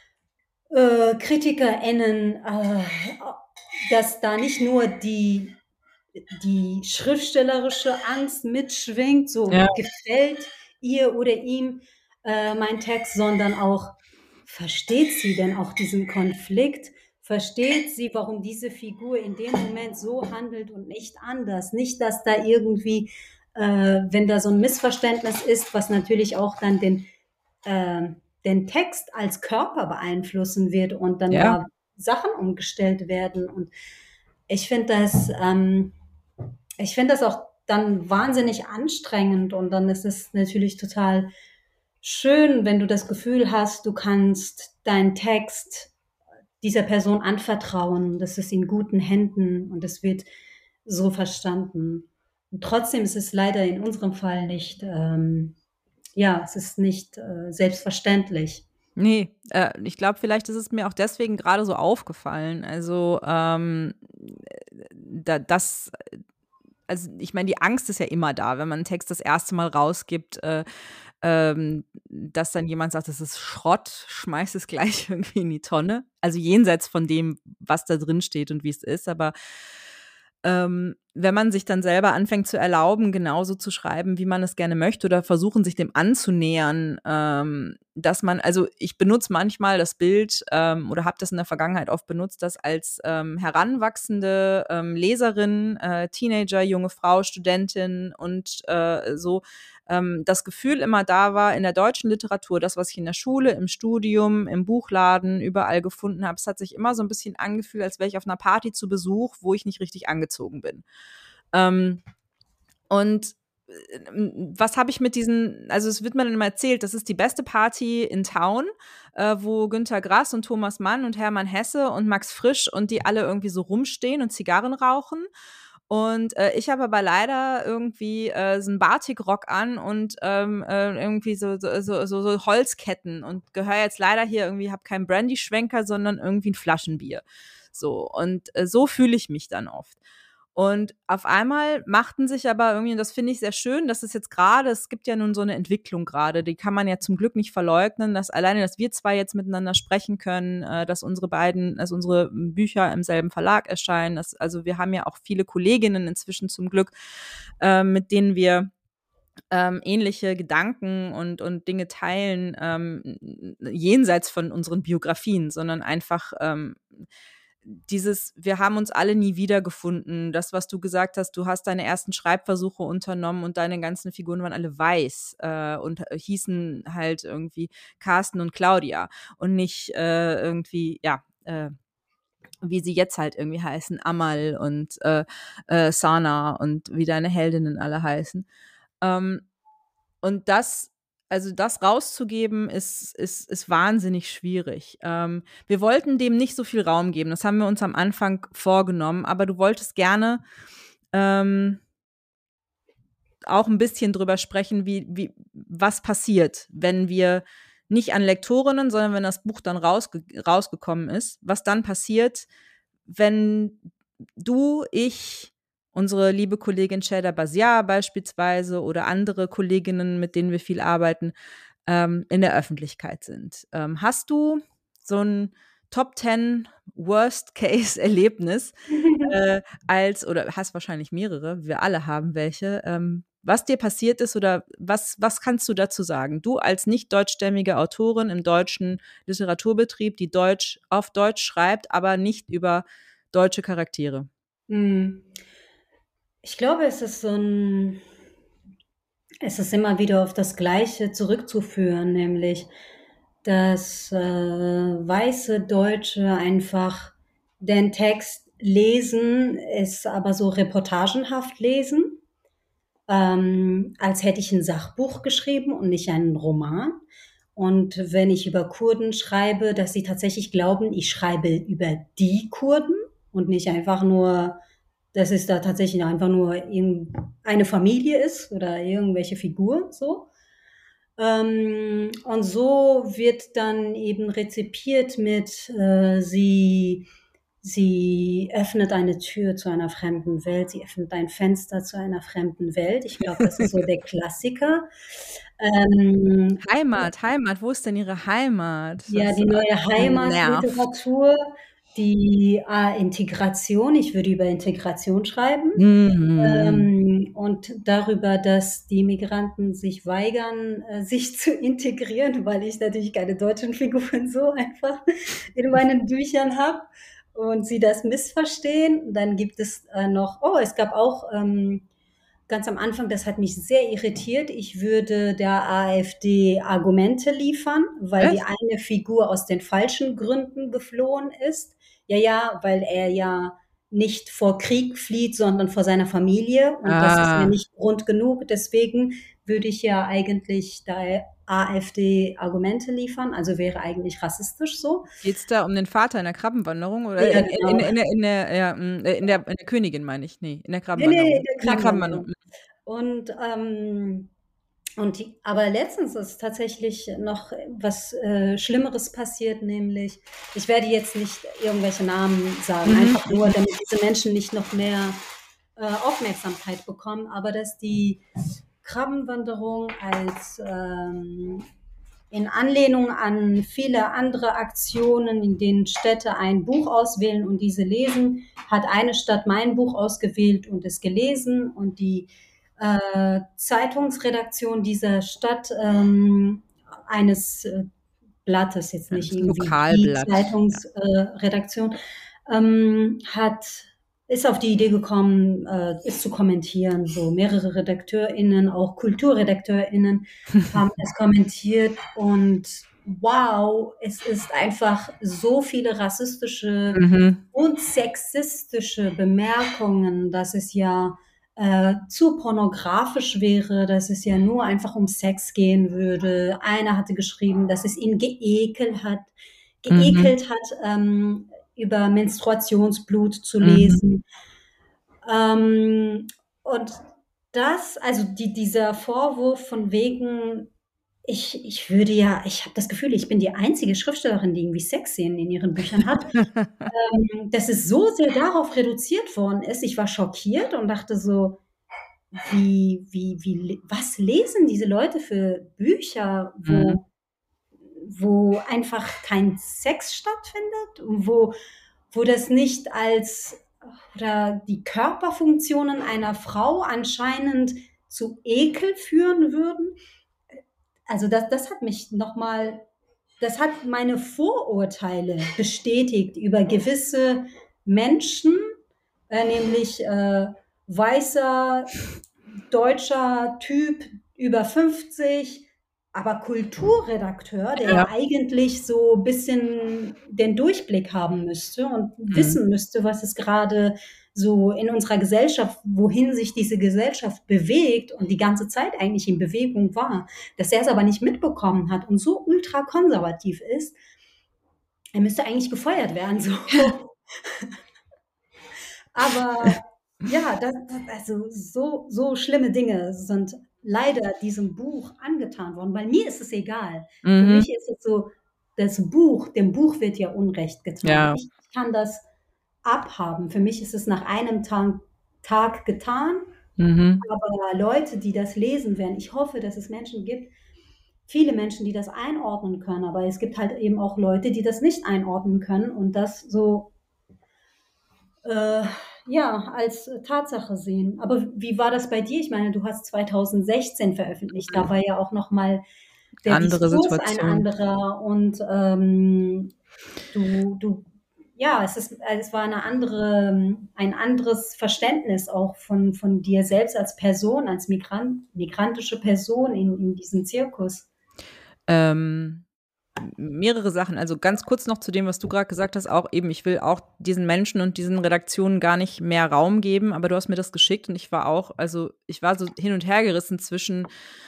äh, KritikerInnen, äh, dass da nicht nur die, die schriftstellerische Angst mitschwingt, so Ja. gefällt ihr oder ihm äh, mein Text, sondern auch, versteht sie denn auch diesen Konflikt? Versteht sie, warum diese Figur in dem Moment so handelt und nicht anders? Nicht, dass da irgendwie, äh, wenn da so ein Missverständnis ist, was natürlich auch dann den äh, den Text als Körper beeinflussen wird und dann Ja. da Sachen umgestellt werden. Und ich finde das, ähm, ich finde das auch dann wahnsinnig anstrengend und dann ist es natürlich total schön, wenn du das Gefühl hast, du kannst deinen Text dieser Person anvertrauen, das ist in guten Händen und es wird so verstanden. Und trotzdem ist es leider in unserem Fall nicht, ähm, ja, es ist nicht äh, selbstverständlich. Nee, äh, ich glaube, vielleicht ist es mir auch deswegen gerade so aufgefallen. Also, ähm, da, das, also ich meine, die Angst ist ja immer da, wenn man einen Text das erste Mal rausgibt. Äh, ähm, dass dann jemand sagt, das ist Schrott, schmeiß es gleich irgendwie in die Tonne. Also jenseits von dem, was da drin steht und wie es ist, aber ähm, wenn man sich dann selber anfängt zu erlauben, genauso zu schreiben, wie man es gerne möchte oder versuchen, sich dem anzunähern, ähm, dass man, also ich benutze manchmal das Bild ähm, oder habe das in der Vergangenheit oft benutzt, dass als ähm, heranwachsende ähm, Leserin, äh, Teenager, junge Frau, Studentin und äh, so ähm, das Gefühl immer da war, in der deutschen Literatur, das, was ich in der Schule, im Studium, im Buchladen, überall gefunden habe, es hat sich immer so ein bisschen angefühlt, als wäre ich auf einer Party zu Besuch, wo ich nicht richtig angezogen bin. Ähm, und was habe ich mit diesen, also es wird mir dann immer erzählt, das ist die beste Party in Town, äh, wo Günter Grass und Thomas Mann und Hermann Hesse und Max Frisch und die alle irgendwie so rumstehen und Zigarren rauchen. Und äh, ich habe aber leider irgendwie äh, so einen Batik-Rock an und ähm, äh, irgendwie so, so, so, so Holzketten und gehöre jetzt leider hier irgendwie, habe keinen Brandy-Schwenker, sondern irgendwie ein Flaschenbier. So, und äh, so fühle ich mich dann oft. Und auf einmal machten sich aber irgendwie, und das finde ich sehr schön, dass es jetzt gerade, es gibt ja nun so eine Entwicklung gerade, die kann man ja zum Glück nicht verleugnen, dass alleine, dass wir zwei jetzt miteinander sprechen können, äh, dass unsere beiden, dass unsere Bücher im selben Verlag erscheinen, dass, also wir haben ja auch viele Kolleginnen inzwischen zum Glück, äh, mit denen wir ähm, ähnliche Gedanken und, und Dinge teilen, ähm, jenseits von unseren Biografien, sondern einfach ähm, dieses, wir haben uns alle nie wiedergefunden, das, was du gesagt hast, du hast deine ersten Schreibversuche unternommen und deine ganzen Figuren waren alle weiß äh, und hießen halt irgendwie Carsten und Claudia und nicht äh, irgendwie, ja, äh, wie sie jetzt halt irgendwie heißen, Amal und äh, äh, Sana und wie deine Heldinnen alle heißen. Ähm, und das Also das rauszugeben, ist, ist, ist wahnsinnig schwierig. Ähm, wir wollten dem nicht so viel Raum geben. Das haben wir uns am Anfang vorgenommen. Aber du wolltest gerne ähm, auch ein bisschen drüber sprechen, wie, wie, was passiert, wenn wir nicht an Lektorinnen, sondern wenn das Buch dann rausge- rausgekommen ist. Was dann passiert, wenn du, ich, unsere liebe Kollegin Shada Basiar beispielsweise oder andere Kolleginnen, mit denen wir viel arbeiten, ähm, in der Öffentlichkeit sind. Ähm, hast du so ein Top zehn Worst-Case-Erlebnis äh, als, oder hast wahrscheinlich mehrere, wir alle haben welche, ähm, was dir passiert ist oder was, was kannst du dazu sagen? Du als nicht deutschstämmige Autorin im deutschen Literaturbetrieb, die Deutsch auf Deutsch schreibt, aber nicht über deutsche Charaktere. Hm. Ich glaube, es ist so ein, es ist immer wieder auf das Gleiche zurückzuführen, nämlich, dass äh, weiße Deutsche einfach den Text lesen, es aber so reportagenhaft lesen, ähm, als hätte ich ein Sachbuch geschrieben und nicht einen Roman. Und wenn ich über Kurden schreibe, dass sie tatsächlich glauben, ich schreibe über die Kurden und nicht einfach nur, dass es da tatsächlich einfach nur eine Familie ist oder irgendwelche Figuren so. Ähm, und so wird dann eben rezipiert mit, äh, sie, sie öffnet eine Tür zu einer fremden Welt, sie öffnet ein Fenster zu einer fremden Welt. Ich glaube, das ist so der Klassiker. Ähm, Heimat, Heimat, wo ist denn ihre Heimat? ja, Das die neue nervt. Heimatliteratur, die äh, Integration, ich würde über Integration schreiben. Mhm. Ähm, und darüber, dass die Migranten sich weigern, äh, sich zu integrieren, weil ich natürlich keine deutschen Figuren so einfach in meinen Büchern habe und sie das missverstehen. Dann gibt es äh, noch, oh, es gab auch ähm, ganz am Anfang, das hat mich sehr irritiert, ich würde der AfD Argumente liefern, weil Was? die eine Figur aus den falschen Gründen geflohen ist. Ja, ja, weil er ja nicht vor Krieg flieht, sondern vor seiner Familie. Und das ist ja Ah. nicht Grund genug. Deswegen würde ich ja eigentlich der AfD Argumente liefern. Also wäre eigentlich rassistisch so. Geht's da um den Vater in der Krabbenwanderung? Oder Ja, in, in, in, genau. in, der, in, der, ja, in, der, in der Königin, meine ich. Nee, in der Nee, Krabbenwanderung. nee, der In der Krabbenwanderung. Krabbenwanderung. Und, ähm, und die, aber letztens ist tatsächlich noch was äh, Schlimmeres passiert, nämlich, ich werde jetzt nicht irgendwelche Namen sagen, Mhm. einfach nur, damit diese Menschen nicht noch mehr äh, Aufmerksamkeit bekommen, aber dass die Krabbenwanderung, als ähm, in Anlehnung an viele andere Aktionen, in denen Städte ein Buch auswählen und diese lesen, hat eine Stadt mein Buch ausgewählt und es gelesen und die äh, Zeitungsredaktion dieser Stadt ähm, eines äh, Blattes, jetzt nicht Das irgendwie die Lokalblatt. Ja. Zeitungsredaktion, äh, ähm, hat ist auf die Idee gekommen, äh, es zu kommentieren. So mehrere RedakteurInnen, auch KulturredakteurInnen haben es kommentiert und wow, es ist einfach so viele rassistische Mhm. und sexistische Bemerkungen, dass es ja äh, zu pornografisch wäre, dass es ja nur einfach um Sex gehen würde. Einer hatte geschrieben, dass es ihn geekelt hat, geekelt Mhm. hat, ähm, über Menstruationsblut zu Mhm. lesen. Ähm, und das, also die, dieser Vorwurf von wegen, ich, ich würde ja, ich habe das Gefühl, ich bin die einzige Schriftstellerin, die irgendwie Sexszenen in ihren Büchern hat, ähm, dass es so sehr darauf reduziert worden ist. Ich war schockiert und dachte so, wie, wie, wie, was lesen diese Leute für Bücher, Mhm. wo, wo einfach kein Sex stattfindet, wo, wo das nicht als, oder die Körperfunktionen einer Frau anscheinend zu Ekel führen würden. Also das, das hat mich nochmal, das hat meine Vorurteile bestätigt über gewisse Menschen, äh, nämlich äh, weißer, deutscher Typ über fünfzig, aber Kulturredakteur, der Ja. ja eigentlich so ein bisschen den Durchblick haben müsste und Mhm. wissen müsste, was es gerade so in unserer Gesellschaft, wohin sich diese Gesellschaft bewegt und die ganze Zeit eigentlich in Bewegung war, dass er es aber nicht mitbekommen hat und so ultra konservativ ist, er müsste eigentlich gefeuert werden. So. Aber ja, das, also so, so schlimme Dinge sind leider diesem Buch angetan worden. Bei mir ist es egal. Für Mhm. mich ist es so, das Buch, dem Buch wird ja Unrecht getan. Ja. Ich kann das abhaben. Für mich ist es nach einem Tag, Tag getan. Mhm. Aber Leute, die das lesen werden, ich hoffe, dass es Menschen gibt, viele Menschen, die das einordnen können. Aber es gibt halt eben auch Leute, die das nicht einordnen können und das so äh, ja, als Tatsache sehen. Aber wie war das bei dir? Ich meine, du hast zweitausendsechzehn veröffentlicht. Da war ja auch noch mal der Andere Diskurs ein Situation. anderer und ähm, du, du, ja, es ist, es war eine andere, ein anderes Verständnis auch von, von dir selbst als Person, als Migrant, migrantische Person in, in diesem Zirkus. Ähm, mehrere Sachen. Also ganz kurz noch zu dem, was du gerade gesagt hast, auch eben, ich will auch diesen Menschen und diesen Redaktionen gar nicht mehr Raum geben, aber du hast mir das geschickt und ich war auch, also ich war so hin und her gerissen zwischen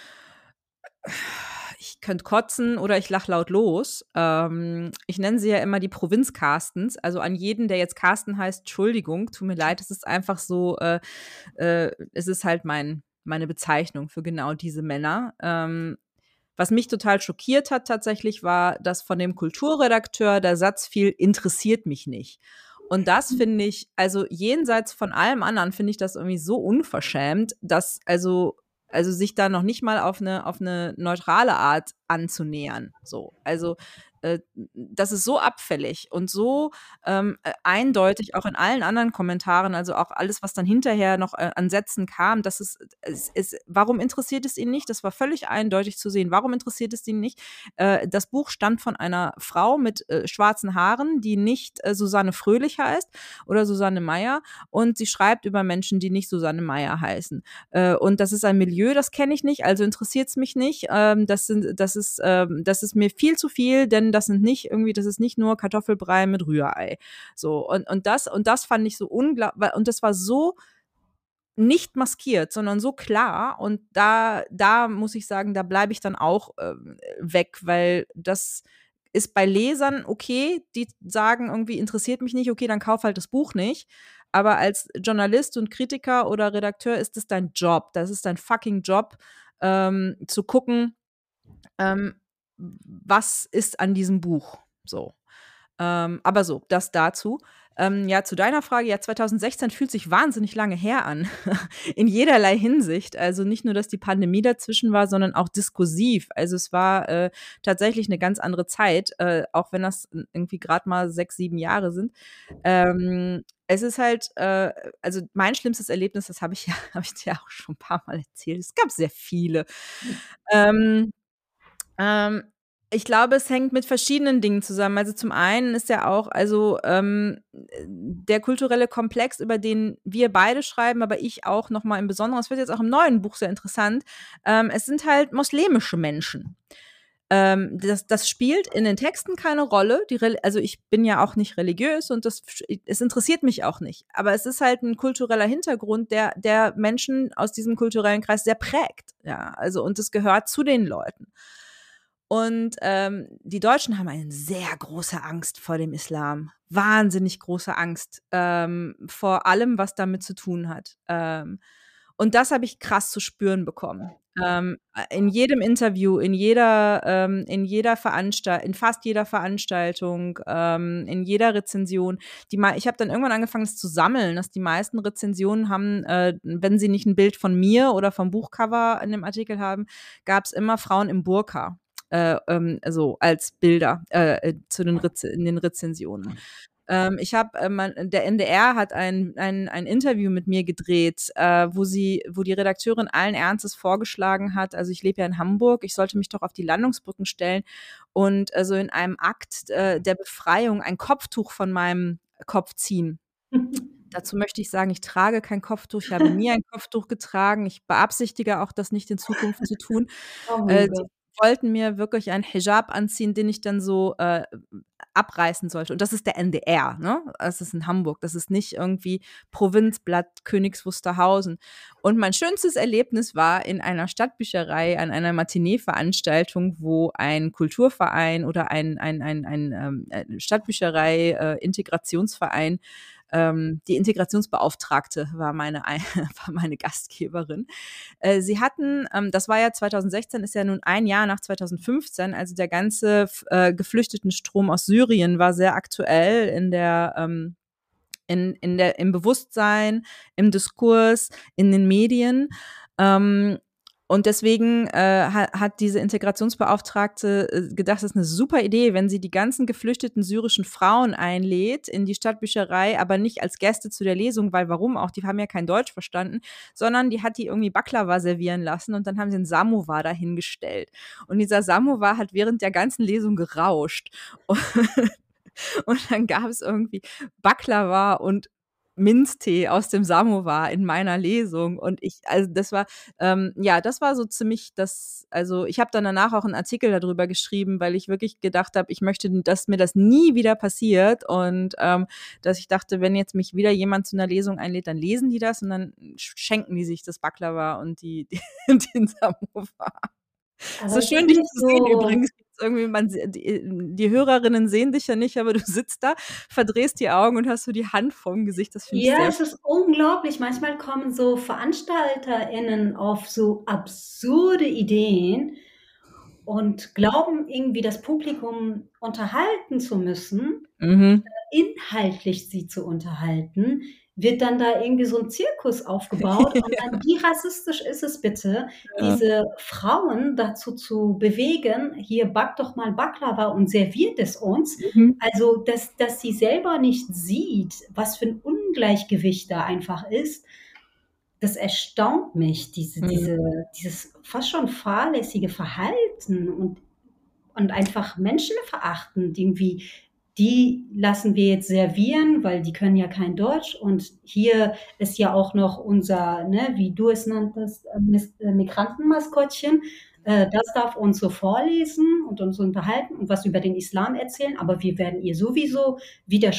ich könnte kotzen oder ich lach laut los. Ähm, ich nenne sie ja immer die Provinz-Carstens. Also an jeden, der jetzt Carsten heißt, Entschuldigung, tut mir leid, es ist einfach so, äh, äh, es ist halt mein, meine Bezeichnung für genau diese Männer. Ähm, was mich total schockiert hat tatsächlich, war, dass von dem Kulturredakteur der Satz fiel, interessiert mich nicht. Und das finde ich, also jenseits von allem anderen, finde ich das irgendwie so unverschämt, dass also also sich da noch nicht mal auf eine auf eine neutrale Art anzunähern. So, also äh, das ist so abfällig und so ähm, äh, eindeutig auch in allen anderen Kommentaren, also auch alles, was dann hinterher noch äh, an Sätzen kam, dass es, es, es, warum interessiert es ihn nicht? Das war völlig eindeutig zu sehen. Warum interessiert es ihn nicht? Äh, das Buch stammt von einer Frau mit äh, schwarzen Haaren, die nicht äh, Susanne Fröhlich heißt oder Susanne Meyer und sie schreibt über Menschen, die nicht Susanne Meyer heißen. Äh, und das ist ein Milieu, das kenne ich nicht, also interessiert es mich nicht. Ähm, das sind, das ist, ähm, das ist mir viel zu viel, denn das sind nicht irgendwie, das ist nicht nur Kartoffelbrei mit Rührei. So, und, und das, und das fand ich so unglaublich, und das war so nicht maskiert, sondern so klar. Und da, da muss ich sagen, da bleibe ich dann auch äh, weg, weil das ist bei Lesern okay, die sagen irgendwie, interessiert mich nicht, okay, dann kauf halt das Buch nicht. Aber als Journalist und Kritiker oder Redakteur ist es dein Job, das ist dein fucking Job, ähm, zu gucken, ähm, was ist an diesem Buch so. Ähm, aber so, das dazu. Ähm, ja, zu deiner Frage, ja, zwanzig sechzehn fühlt sich wahnsinnig lange her an, in jederlei Hinsicht. Also nicht nur, dass die Pandemie dazwischen war, sondern auch diskursiv. Also es war äh, tatsächlich eine ganz andere Zeit, äh, auch wenn das irgendwie gerade mal sechs, sieben Jahre sind. Ähm, es ist halt, äh, also mein schlimmstes Erlebnis, das habe ich ja, habe ich dir auch schon ein paar Mal erzählt. Es gab sehr viele. Ähm, ähm, ich glaube, es hängt mit verschiedenen Dingen zusammen. Also zum einen ist ja auch, also ähm, der kulturelle Komplex, über den wir beide schreiben, aber ich auch nochmal im Besonderen, das wird jetzt auch im neuen Buch sehr interessant, ähm, es sind halt moslemische Menschen. Ähm, das, das spielt in den Texten keine Rolle. Die, also ich bin ja auch nicht religiös und das, es interessiert mich auch nicht. Aber es ist halt ein kultureller Hintergrund, der, der Menschen aus diesem kulturellen Kreis sehr prägt. Ja, also und es gehört zu den Leuten. Und ähm, die Deutschen haben eine sehr große Angst vor dem Islam. Wahnsinnig große Angst ähm, vor allem, was damit zu tun hat. Ähm, und das habe ich krass zu spüren bekommen. Ähm, in jedem Interview, in jeder, ähm, in jeder Veranstaltung, in fast jeder Veranstaltung, ähm, in jeder Rezension. Die ich habe dann irgendwann angefangen, es zu sammeln, dass die meisten Rezensionen haben, äh, wenn sie nicht ein Bild von mir oder vom Buchcover in dem Artikel haben, gab es immer Frauen im Burka. Äh, ähm, also als Bilder äh, zu den Reze in den Rezensionen. Ähm, ich habe, äh, der N D R hat ein, ein, ein Interview mit mir gedreht, äh, wo sie, wo die Redakteurin allen Ernstes vorgeschlagen hat, also ich lebe ja in Hamburg, ich sollte mich doch auf die Landungsbrücken stellen und also in einem Akt äh, der Befreiung ein Kopftuch von meinem Kopf ziehen. Dazu möchte ich sagen, ich trage kein Kopftuch, ich habe nie ein Kopftuch getragen, ich beabsichtige auch, das nicht in Zukunft zu tun. Oh Äh, mein die Gott. wollten mir wirklich einen Hijab anziehen, den ich dann so äh, abreißen sollte. Und das ist der N D R, ne? Das ist in Hamburg. Das ist nicht irgendwie Provinzblatt Königs Wusterhausen. Und mein schönstes Erlebnis war in einer Stadtbücherei an einer Matinee-Veranstaltung, wo ein Kulturverein oder ein, ein, ein, ein, ein, ein Stadtbücherei-Integrationsverein ähm, die Integrationsbeauftragte war meine, war meine Gastgeberin. Äh, sie hatten, ähm, das war ja zwanzig sechzehn, ist ja nun ein Jahr nach zwanzig fünfzehn, also der ganze äh, Geflüchtetenstrom aus Syrien war sehr aktuell in der, ähm, in, in der, im Bewusstsein, im Diskurs, in den Medien. Ähm, Und deswegen äh, hat, hat diese Integrationsbeauftragte äh, gedacht, das ist eine super Idee, wenn sie die ganzen geflüchteten syrischen Frauen einlädt in die Stadtbücherei, aber nicht als Gäste zu der Lesung, weil warum auch, die haben ja kein Deutsch verstanden, sondern die hat die irgendwie Baklava servieren lassen und dann haben sie einen Samovar dahingestellt. Und dieser Samovar hat während der ganzen Lesung gerauscht. Und, und dann gab es irgendwie Baklava und Minztee aus dem Samovar in meiner Lesung und ich, also das war, ähm, ja, das war so ziemlich das, also ich habe dann danach auch einen Artikel darüber geschrieben, weil ich wirklich gedacht habe, ich möchte, dass mir das nie wieder passiert und ähm, dass ich dachte, wenn jetzt mich wieder jemand zu einer Lesung einlädt, dann lesen die das und dann schenken die sich das Baklava und die, die den Samovar. Aber So es schön, ist dich nicht zu sehen so. übrigens. Irgendwie, man, die, die Hörerinnen sehen dich ja nicht, aber du sitzt da, verdrehst die Augen und hast so die Hand vorm Gesicht. Das finde ich Ja, sehr es ist unglaublich. Manchmal kommen so VeranstalterInnen auf so absurde Ideen und glauben irgendwie das Publikum unterhalten zu müssen, Mhm. inhaltlich sie zu unterhalten, wird dann da irgendwie so ein Zirkus aufgebaut. Und dann, wie rassistisch ist es bitte, Ja. diese Frauen dazu zu bewegen, hier back doch mal Baklava und serviert es uns. Mhm. Also, dass, dass sie selber nicht sieht, was für ein Ungleichgewicht da einfach ist, das erstaunt mich, diese, Mhm. diese, dieses fast schon fahrlässige Verhalten und, und einfach menschenverachtend irgendwie. Die lassen wir jetzt servieren, weil die können ja kein Deutsch. Und hier ist ja auch noch unser, ne, wie du es nanntest, äh, Mis- äh, Migrantenmaskottchen. Äh, das darf uns so vorlesen und uns unterhalten und was über den Islam erzählen, aber wir werden ihr sowieso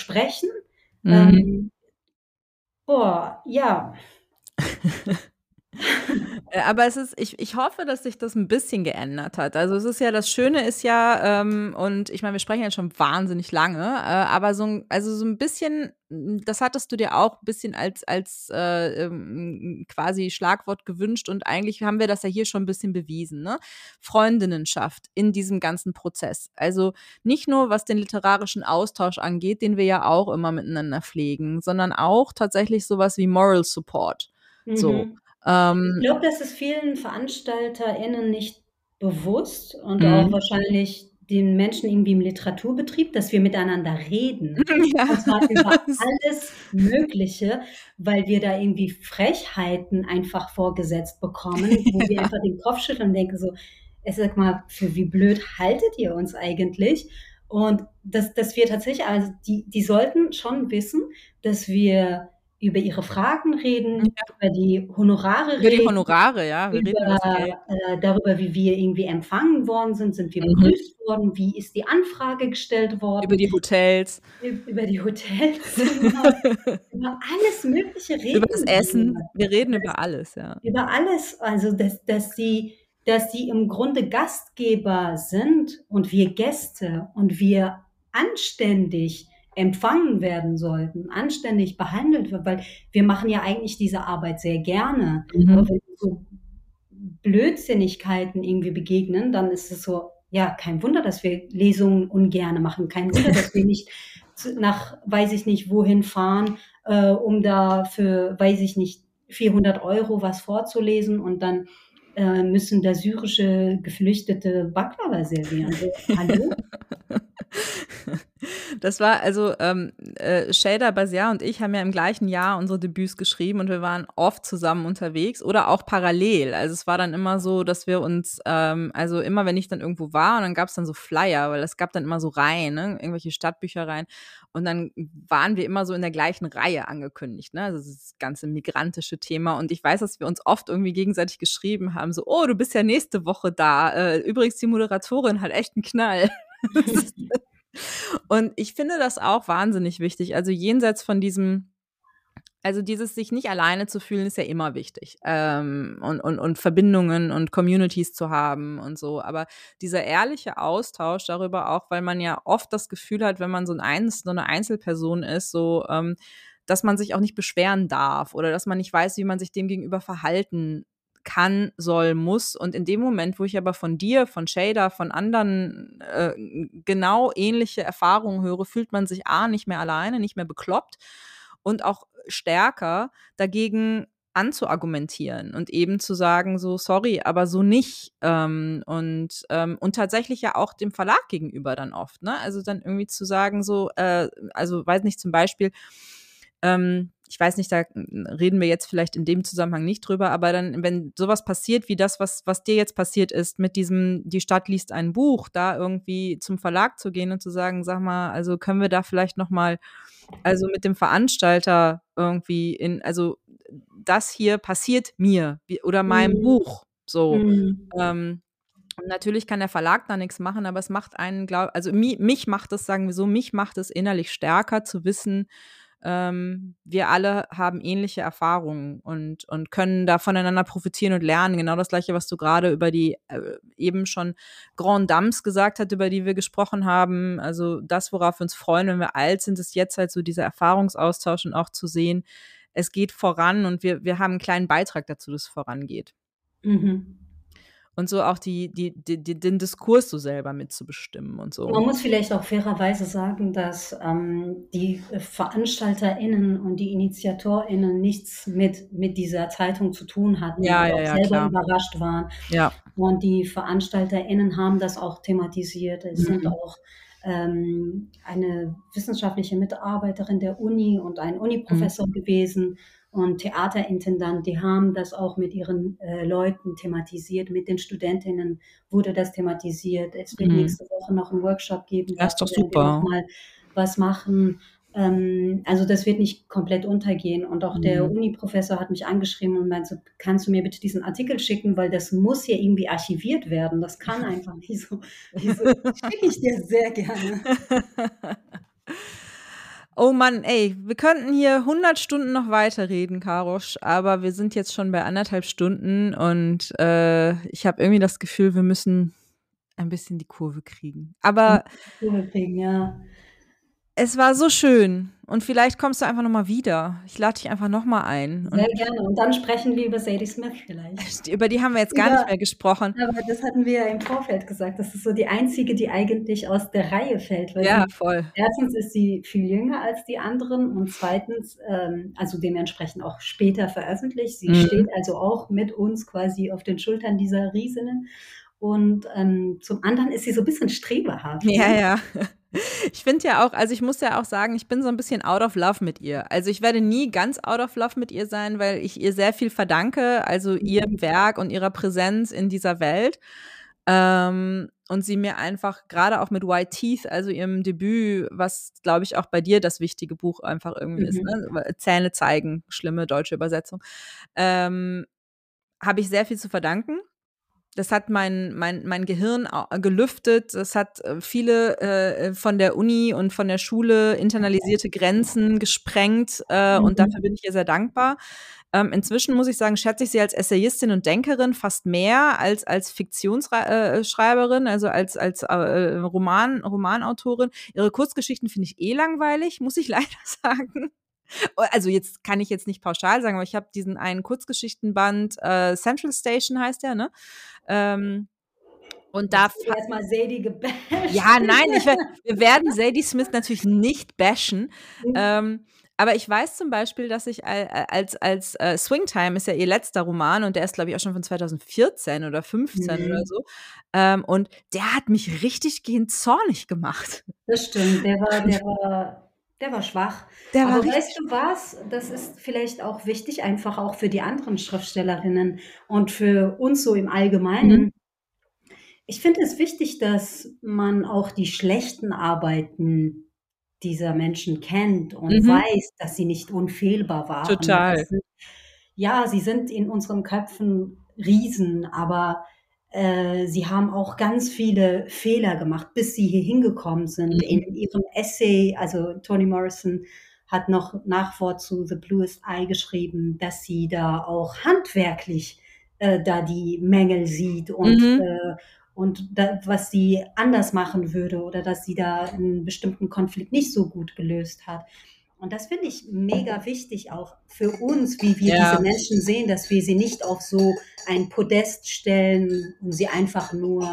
widersprechen. Mhm. Ähm, boah, ja. Äh, aber es ist ich ich hoffe, dass sich das ein bisschen geändert hat. Also, es ist ja das Schöne ist ja, ähm und ich meine, wir sprechen jetzt schon wahnsinnig lange, äh, aber so 'n also, so ein bisschen hm, das hattest du dir auch ein bisschen als als, äh, ähm, quasi Schlagwort gewünscht und eigentlich haben wir das ja hier schon ein bisschen bewiesen, ne? Freundinnenschaft in diesem ganzen Prozess. Also, nicht nur, was den literarischen Austausch angeht, den wir ja auch immer miteinander pflegen, sondern auch tatsächlich sowas wie Moral Support, so. Mhm. Ich Ähm glaube, das ist vielen VeranstalterInnen nicht bewusst und auch Mhm. wahrscheinlich den Menschen irgendwie im Literaturbetrieb, dass wir miteinander reden. Ja. Und zwar über alles Mögliche, weil wir da irgendwie Frechheiten einfach vorgesetzt bekommen, wo wir Ja. einfach den Kopf schütteln und denken so: „Ey, sag mal, für wie blöd haltet ihr uns eigentlich?“ Und dass dass wir tatsächlich also die die sollten schon wissen, dass wir über ihre Fragen reden, Ja, über die Honorare über die reden, Honorare, ja. Wir reden übers über Geld. äh, darüber, wie wir irgendwie empfangen worden sind. Sind wir Mhm. begrüßt worden? Wie ist die Anfrage gestellt Über worden? die Hotels. Üb über die Hotelzimmer, über alles Mögliche Über das reden wir. Essen. Wir reden Das über alles, ja. über alles, also, dass dass sie dass sie im Grunde Gastgeber sind und wir Gäste und wir anständig empfangen werden sollten, anständig behandelt wird, weil wir machen ja eigentlich diese Arbeit sehr gerne. Aber Mhm. wenn so Blödsinnigkeiten irgendwie begegnen, dann ist es so, ja, kein Wunder, dass wir Lesungen ungerne machen. Kein Wunder, dass wir nicht zu nach weiß ich nicht wohin fahren, äh, um da für, weiß ich nicht, vierhundert Euro was vorzulesen und dann, äh, müssen da syrische Geflüchtete Baklava servieren. So, hallo? Das war also, ähm, äh, Şeyda Basiar und ich haben ja im gleichen Jahr unsere Debüts geschrieben und wir waren oft zusammen unterwegs oder auch parallel. Also, es war dann immer so, dass wir uns ähm, also, immer wenn ich dann irgendwo war und dann gab's dann so Flyer, weil es gab dann immer so Reihen, ne, irgendwelche Stadtbüchereien und dann waren wir immer so in der gleichen Reihe angekündigt, ne? Also, dieses ganze migrantische Thema und ich weiß, dass wir uns oft irgendwie gegenseitig geschrieben haben, so: „Oh, du bist ja nächste Woche da. Äh, übrigens, die Moderatorin hat echt 'n Knall.“ Das ist und ich finde das auch wahnsinnig wichtig. Also, jenseits von diesem also, dieses sich nicht alleine zu fühlen, ist ja immer wichtig, ähm, und und und Verbindungen und Communities zu haben und so. Aber dieser ehrliche Austausch darüber auch, weil man ja oft das Gefühl hat, wenn man so 'n Eins so 'ne Einzelperson ist, so, ähm, dass man sich auch nicht beschweren darf oder dass man nicht weiß, wie man sich dem gegenüber verhalten kann, soll, muss. Und in dem Moment, wo ich aber von dir, von Şeyda, von anderen, äh, genau ähnliche Erfahrungen höre, fühlt man sich A, nicht mehr alleine, nicht mehr bekloppt und auch stärker dagegen anzuargumentieren und eben zu sagen, so: „Sorry, aber so nicht.“ Ähm, und ähm, und tatsächlich ja auch dem Verlag gegenüber dann oft, ne? Also, dann irgendwie zu sagen so, äh also, weiß nicht, zum Beispiel, ähm, ich weiß nicht, da reden wir jetzt vielleicht in dem Zusammenhang nicht drüber, aber dann, wenn sowas passiert wie das, was was dir jetzt passiert ist mit diesem die Stadt liest ein Buch, da irgendwie zum Verlag zu gehen und zu sagen: „Sag mal, also, können wir da vielleicht noch mal also, mit dem Veranstalter irgendwie in also, das hier passiert mir wie oder meinem Mhm. Buch“, so. Mhm. Ähm, und natürlich kann der Verlag da nix machen, aber es macht einen, glau also, mi mich macht es, sagen wir so, mich macht es innerlich stärker zu wissen, ähm, wir alle haben ähnliche Erfahrungen und und können da voneinander profitieren und lernen. Genau das Gleiche, was du grade über die, äh, eben schon Grand Dames gesagt hat, über die wir gesprochen haben. Also, das, worauf wir uns freuen, wenn wir alt sind, ist jetzt halt so dieser Erfahrungsaustausch und auch zu sehen, es geht voran und wir wir haben 'n kleinen Beitrag dazu, dass es vorangeht. Mhm. Und so auch die die die die den Diskurs so selber mitzubestimmen und so. Man muss vielleicht auch fairerweise sagen, dass, ähm, die, äh, VeranstalterInnen und die InitiatorInnen nichts mit mit dieser Zeitung zu tun hatten Ja, und ja, auch ja, selber klar. überrascht waren. Ja. Und die VeranstalterInnen haben das auch thematisiert. Es sind Mhm. auch, ähm, eine wissenschaftliche Mitarbeiterin der Uni und ein Mhm. Uniprofessor gewesen und Theaterintendant, die haben das auch mit ihren, äh, Leuten thematisiert. Mit den Studentinnen wurde das thematisiert. Es wird Mhm. nächste Woche noch 'n Workshop geben, Ja, ist dazu doch werden wir noch super. mal was machen. Ähm, also, das wird nicht komplett untergehen. Und auch der Mhm. Uniprofessor hat mich angeschrieben und meinte so: „Kannst du mir bitte diesen Artikel schicken, weil das muss hier irgendwie archiviert werden. Das kann einfach nicht so.“ Ich so: „Schicke ich dir sehr gerne.“ Oh Mann, ey, wir könnten hier hundert Stunden noch weiterreden, Karosch, aber wir sind jetzt schon bei anderthalb Stunden und äh, ich habe irgendwie das Gefühl, wir müssen ein bisschen die Kurve kriegen. Aber Kurve kriegen, ja. Es war so schön und vielleicht kommst du einfach noch mal wieder. Ich lade dich einfach noch mal ein. Sehr Und gerne. Und dann sprechen wir über Sadie Smith vielleicht. über die haben wir jetzt gar Ja. nicht mehr gesprochen. Aber das hatten wir ja im Vorfeld gesagt. Das ist so die einzige, die eigentlich aus der Reihe fällt. Weil Ja, sie, voll. erstens ist sie viel jünger als die anderen und zweitens, ähm, also dementsprechend auch später veröffentlicht. Sie Mhm. steht also auch mit uns quasi auf den Schultern dieser Riesinnen. Und ähm, zum anderen ist sie so ein bisschen streberhaft. Ja, ne? ja. Ich finde ja auch, also ich muss ja auch sagen, ich bin so ein bisschen out of love mit ihr. Also ich werde nie ganz out of love mit ihr sein, weil ich ihr sehr viel verdanke, also ihrem Werk und ihrer Präsenz in dieser Welt. Ähm, und sie mir einfach gerade auch mit White Teeth, also ihrem Debüt, was glaube ich auch bei dir das wichtige Buch einfach irgendwie ist, Mhm. ne? Zähne zeigen, schlimme deutsche Übersetzung, ähm, habe ich sehr viel zu verdanken. Das hat mein, mein, mein Gehirn au- gelüftet. Das hat äh, viele äh, von der Uni und von der Schule internalisierte Grenzen gesprengt. Äh, Mhm. Und dafür bin ich ihr sehr dankbar. Ähm, inzwischen muss ich sagen, schätze ich sie als Essayistin und Denkerin fast mehr als als Fiktionsschreiberin, also als als äh, Roman Romanautorin. Ihre Kurzgeschichten finde ich eh langweilig, muss ich leider sagen. Also jetzt kann ich jetzt nicht pauschal sagen, aber ich habe diesen einen Kurzgeschichtenband, äh, Central Station heißt der, ne? Ähm, und da Jetzt wird erstmal Sadie gebasht. ja, nein, ich, wir werden Sadie Smith natürlich nicht bashen. Ähm, aber ich weiß zum Beispiel, dass ich als, als äh, Swingtime ist ja ihr letzter Roman und der ist, glaube ich, auch schon von zweitausendvierzehn oder fünfzehn Mhm. oder so. Ähm, und der hat mich richtig gehend zornig gemacht. Das stimmt, der war, der war, der war schwach. Der war Aber richtig. weißt du was? Das ist vielleicht auch wichtig, einfach auch für die anderen Schriftstellerinnen und für uns so im Allgemeinen. Mhm. Ich finde es wichtig, dass man auch die schlechten Arbeiten dieser Menschen kennt und Mhm. weiß, dass sie nicht unfehlbar waren. Total. Das sind, ja, sie sind in unseren Köpfen Riesen, aber äh, sie haben auch ganz viele Fehler gemacht, bis sie hier hingekommen sind. Mhm. In ihrem Essay, also Toni Morrison hat noch Nachwort zu The Bluest Eye geschrieben, dass sie da auch handwerklich äh, da die Mängel sieht und Mhm. äh, und da, was sie anders machen würde oder dass sie da einen bestimmten Konflikt nicht so gut gelöst hat. Und das finde ich mega wichtig auch für uns, wie wir Ja. diese Menschen sehen, dass wir sie nicht auf so ein Podest stellen und sie einfach nur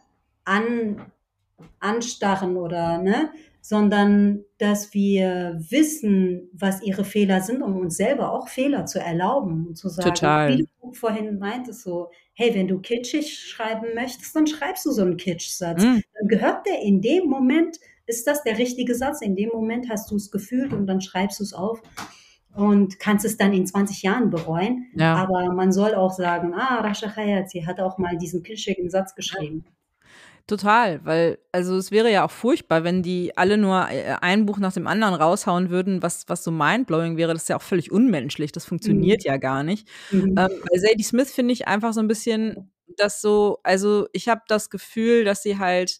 an, anstarren oder, ne, sondern dass wir wissen, was ihre Fehler sind, um uns selber auch Fehler zu erlauben und zu sagen, Total. wie du vorhin meintest, so, hey, wenn du kitschig schreiben möchtest, dann schreibst du so einen Kitschsatz. Mhm. Dann gehört der in dem Moment, ist das der richtige Satz, in dem Moment hast du es gefühlt und dann schreibst du es auf und kannst es dann in zwanzig Jahren bereuen. Ja. Aber man soll auch sagen, ah, Rasha Khayat, sie hat auch mal diesen kitschigen Satz geschrieben. Total, weil, also es wäre ja auch furchtbar, wenn die alle nur äh, ein Buch nach dem anderen raushauen würden, was, was so mindblowing wäre. Das ist ja auch völlig unmenschlich. Das funktioniert Mhm. ja gar nicht. Mhm. Ähm, bei Sadie Smith finde ich einfach so ein bisschen, dass so, also ich habe das Gefühl, dass sie halt,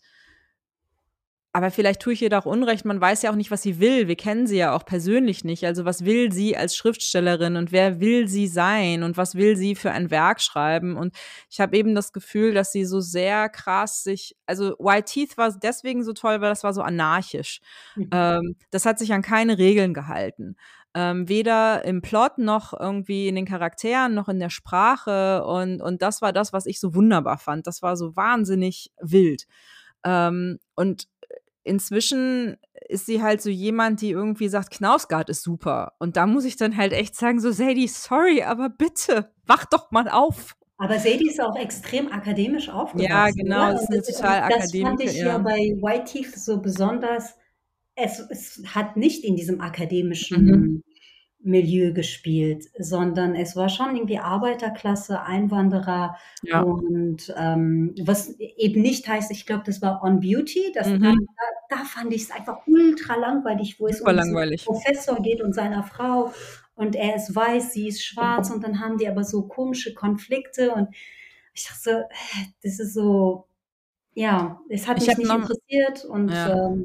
aber vielleicht tue ich ihr da auch Unrecht, man weiß ja auch nicht, was sie will. Wir kennen sie ja auch persönlich nicht. Also was will sie als Schriftstellerin und wer will sie sein und was will sie für ein Werk schreiben? Und ich habe eben das Gefühl, dass sie so sehr krass sich, also White Teeth war deswegen so toll, weil das war so anarchisch. Mhm. Ähm, das hat sich an keine Regeln gehalten. Ähm, weder im Plot noch irgendwie in den Charakteren noch in der Sprache. Und, und das war das, was ich so wunderbar fand. Das war so wahnsinnig wild. Ähm, und inzwischen ist sie halt so jemand, die irgendwie sagt, Knausgard ist super. Und da muss ich dann halt echt sagen, so Sadie, sorry, aber bitte, wach doch mal auf. Aber Sadie ist auch extrem akademisch aufgewachsen. Ja, genau, oder? das ist eine Und das, total das fand ich ja Akademikerin. bei White Teeth so besonders. Es, es hat nicht in diesem akademischen Mhm. Milieu gespielt, sondern es war schon irgendwie Arbeiterklasse, Einwanderer Ja. und ähm, was eben nicht heißt, ich glaube, das war On Beauty, das, Mhm. da, da, da fand ich es einfach ultra langweilig, wo es Super um diesen langweilig. Professor geht und seiner Frau und er ist weiß, sie ist schwarz und dann haben die aber so komische Konflikte und ich dachte so, äh, das ist so, ja, es hat Ich mich habe nicht noch, interessiert und ja. ähm,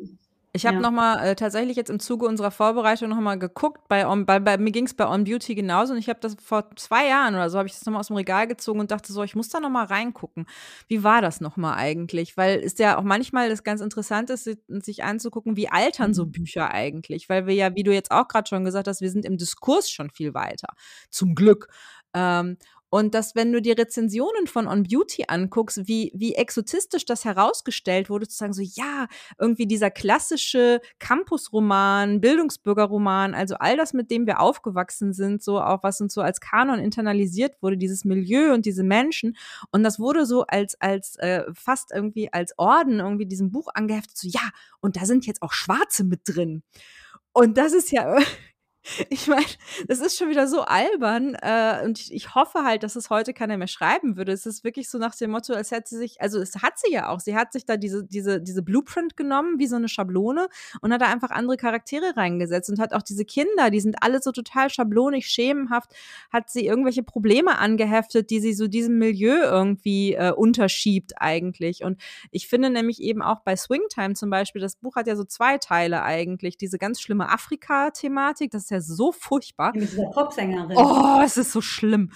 Ich habe Ja. nochmal äh, tatsächlich jetzt im Zuge unserer Vorbereitung nochmal geguckt, bei, On, bei, bei mir ging es bei On Beauty genauso und ich habe das vor zwei Jahren oder so, habe ich das nochmal aus dem Regal gezogen und dachte so, ich muss da nochmal reingucken. Wie war das nochmal eigentlich? Weil es ja auch manchmal das ganz interessant ist, sich anzugucken, wie altern so Bücher eigentlich? Weil wir ja, wie du jetzt auch gerade schon gesagt hast, wir sind im Diskurs schon viel weiter. Zum Glück. Ähm, Und dass, wenn du die Rezensionen von On Beauty anguckst, wie, wie exotistisch das herausgestellt wurde, zu sagen so, ja, irgendwie dieser klassische Campusroman, Bildungsbürgerroman, also all das, mit dem wir aufgewachsen sind, so auch was uns so als Kanon internalisiert wurde, dieses Milieu und diese Menschen. Und das wurde so als, als äh, fast irgendwie als Orden irgendwie diesem Buch angeheftet, so, ja, und da sind jetzt auch Schwarze mit drin. Und das ist ja ich meine, das ist schon wieder so albern äh, und ich, ich hoffe halt, dass es heute keiner mehr schreiben würde. Es ist wirklich so nach dem Motto, als hätte sie sich, also es hat sie ja auch, sie hat sich da diese, diese, diese Blueprint genommen, wie so eine Schablone und hat da einfach andere Charaktere reingesetzt und hat auch diese Kinder, die sind alle so total schablonig, schemenhaft, hat sie irgendwelche Probleme angeheftet, die sie so diesem Milieu irgendwie äh, unterschiebt eigentlich. Und ich finde nämlich eben auch bei Swingtime zum Beispiel, das Buch hat ja so zwei Teile eigentlich, diese ganz schlimme Afrika-Thematik, das ist ja so furchtbar. Mit dieser Popsängerin. Oh, es ist so schlimm.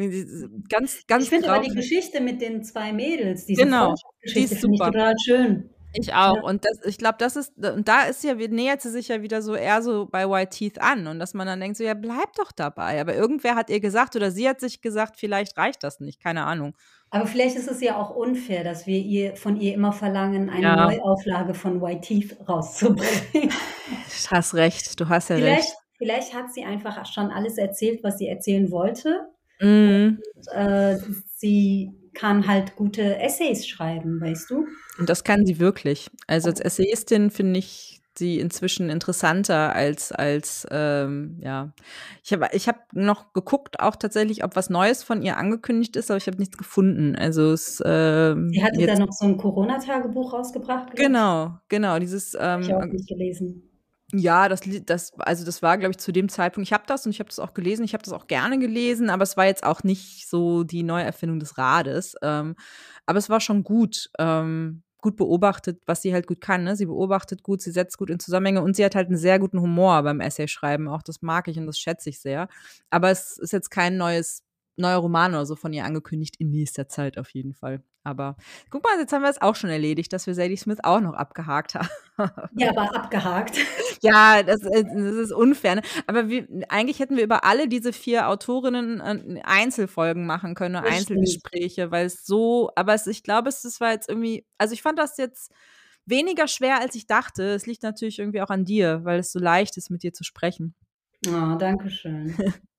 Ganz, ganz Ich finde aber die traurig. Geschichte mit den zwei Mädels, diese Genau, die Freundschaftsgeschichte, ist finde ich super. total schön. Ich auch. Ja. Und das, ich glaube, das ist, und da ist ja, nähert sie sich ja wieder so eher so bei White Teeth an. Und dass man dann denkt, so, ja, bleib doch dabei. Aber irgendwer hat ihr gesagt oder sie hat sich gesagt, vielleicht reicht das nicht. Keine Ahnung. Aber vielleicht ist es ja auch unfair, dass wir ihr, von ihr immer verlangen, eine Ja. Neuauflage von White Teeth rauszubringen. Du hast recht, du hast ja vielleicht, recht. vielleicht hat sie einfach schon alles erzählt, was sie erzählen wollte. Mhm. Und, äh, sie kann halt gute Essays schreiben, weißt du? Und das kann sie wirklich. Also als Essayistin finde ich sie inzwischen interessanter als, als ähm, ja. Ich habe ich hab noch geguckt, auch tatsächlich, ob was Neues von ihr angekündigt ist, aber ich habe nichts gefunden. Also es ähm, Sie hatte jetzt, da noch so ein Corona-Tagebuch rausgebracht. glaub ich. genau, genau, dieses Hab ich auch ähm, nicht gelesen. ja, das, Li- das, also das war, glaube ich, zu dem Zeitpunkt, ich habe das und ich habe das auch gelesen, ich habe das auch gerne gelesen, aber es war jetzt auch nicht so die Neuerfindung des Rades. Ähm, aber es war schon gut, ähm, gut beobachtet, was sie halt gut kann. Ne? Sie beobachtet gut, sie setzt gut in Zusammenhänge und sie hat halt einen sehr guten Humor beim Essayschreiben auch. Das mag ich und das schätze ich sehr. Aber es ist jetzt kein neues, neuer Roman oder so von ihr angekündigt, in nächster Zeit auf jeden Fall. Aber guck mal, jetzt haben wir es auch schon erledigt, dass wir Sadie Smith auch noch abgehakt haben. Ja, aber abgehakt. Ja, das, äh, das ist unfair. Ne? Aber wir, eigentlich hätten wir über alle diese vier Autorinnen äh, Einzelfolgen machen können, oder Das Einzelgespräche, weil es so, aber es, ich glaube, es, es war jetzt irgendwie, also ich fand das jetzt weniger schwer, als ich dachte. Es liegt natürlich irgendwie auch an dir, weil es so leicht ist, mit dir zu sprechen. Oh, danke schön.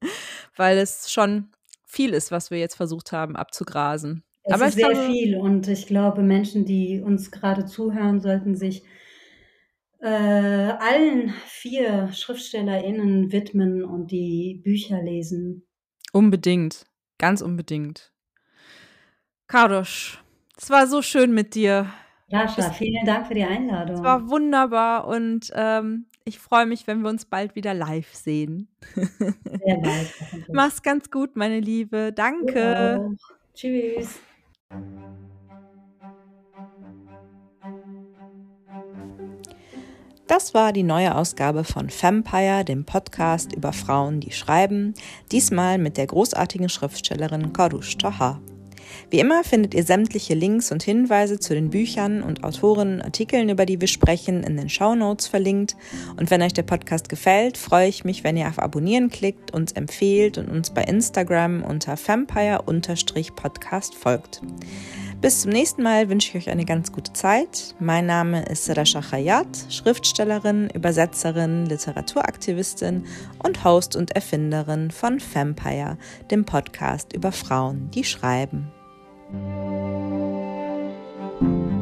Weil es schon viel ist, was wir jetzt versucht haben abzugrasen. Es Aber ist ich sehr glaube, viel und ich glaube, Menschen, die uns gerade zuhören, sollten sich äh, allen vier SchriftstellerInnen widmen und die Bücher lesen. unbedingt, ganz unbedingt. Kadosch, es war so schön mit dir. Rascha, vielen Dank für die Es Einladung. war wunderbar und ähm, ich freue mich, wenn wir uns bald wieder live sehen. Sehr bald. hoffentlich. Mach's ganz gut, meine Liebe. Du Danke. auch. Tschüss. Das war die neue Ausgabe von Fempire, dem Podcast über Frauen, die schreiben, diesmal mit der großartigen Schriftstellerin Karush Taha. Wie immer findet ihr sämtliche Links und Hinweise zu den Büchern und Autorinnen und Artikeln, über die wir sprechen, in den Shownotes verlinkt. Und wenn euch der Podcast gefällt, freue ich mich, wenn ihr auf Abonnieren klickt, uns empfehlt und uns bei Instagram unter Fempire-Podcast folgt. Bis zum nächsten Mal wünsche ich euch eine ganz gute Zeit. Mein Name ist Rascha Chayat, Schriftstellerin, Übersetzerin, Literaturaktivistin und Host und Erfinderin von Fempire, dem Podcast über Frauen, die schreiben.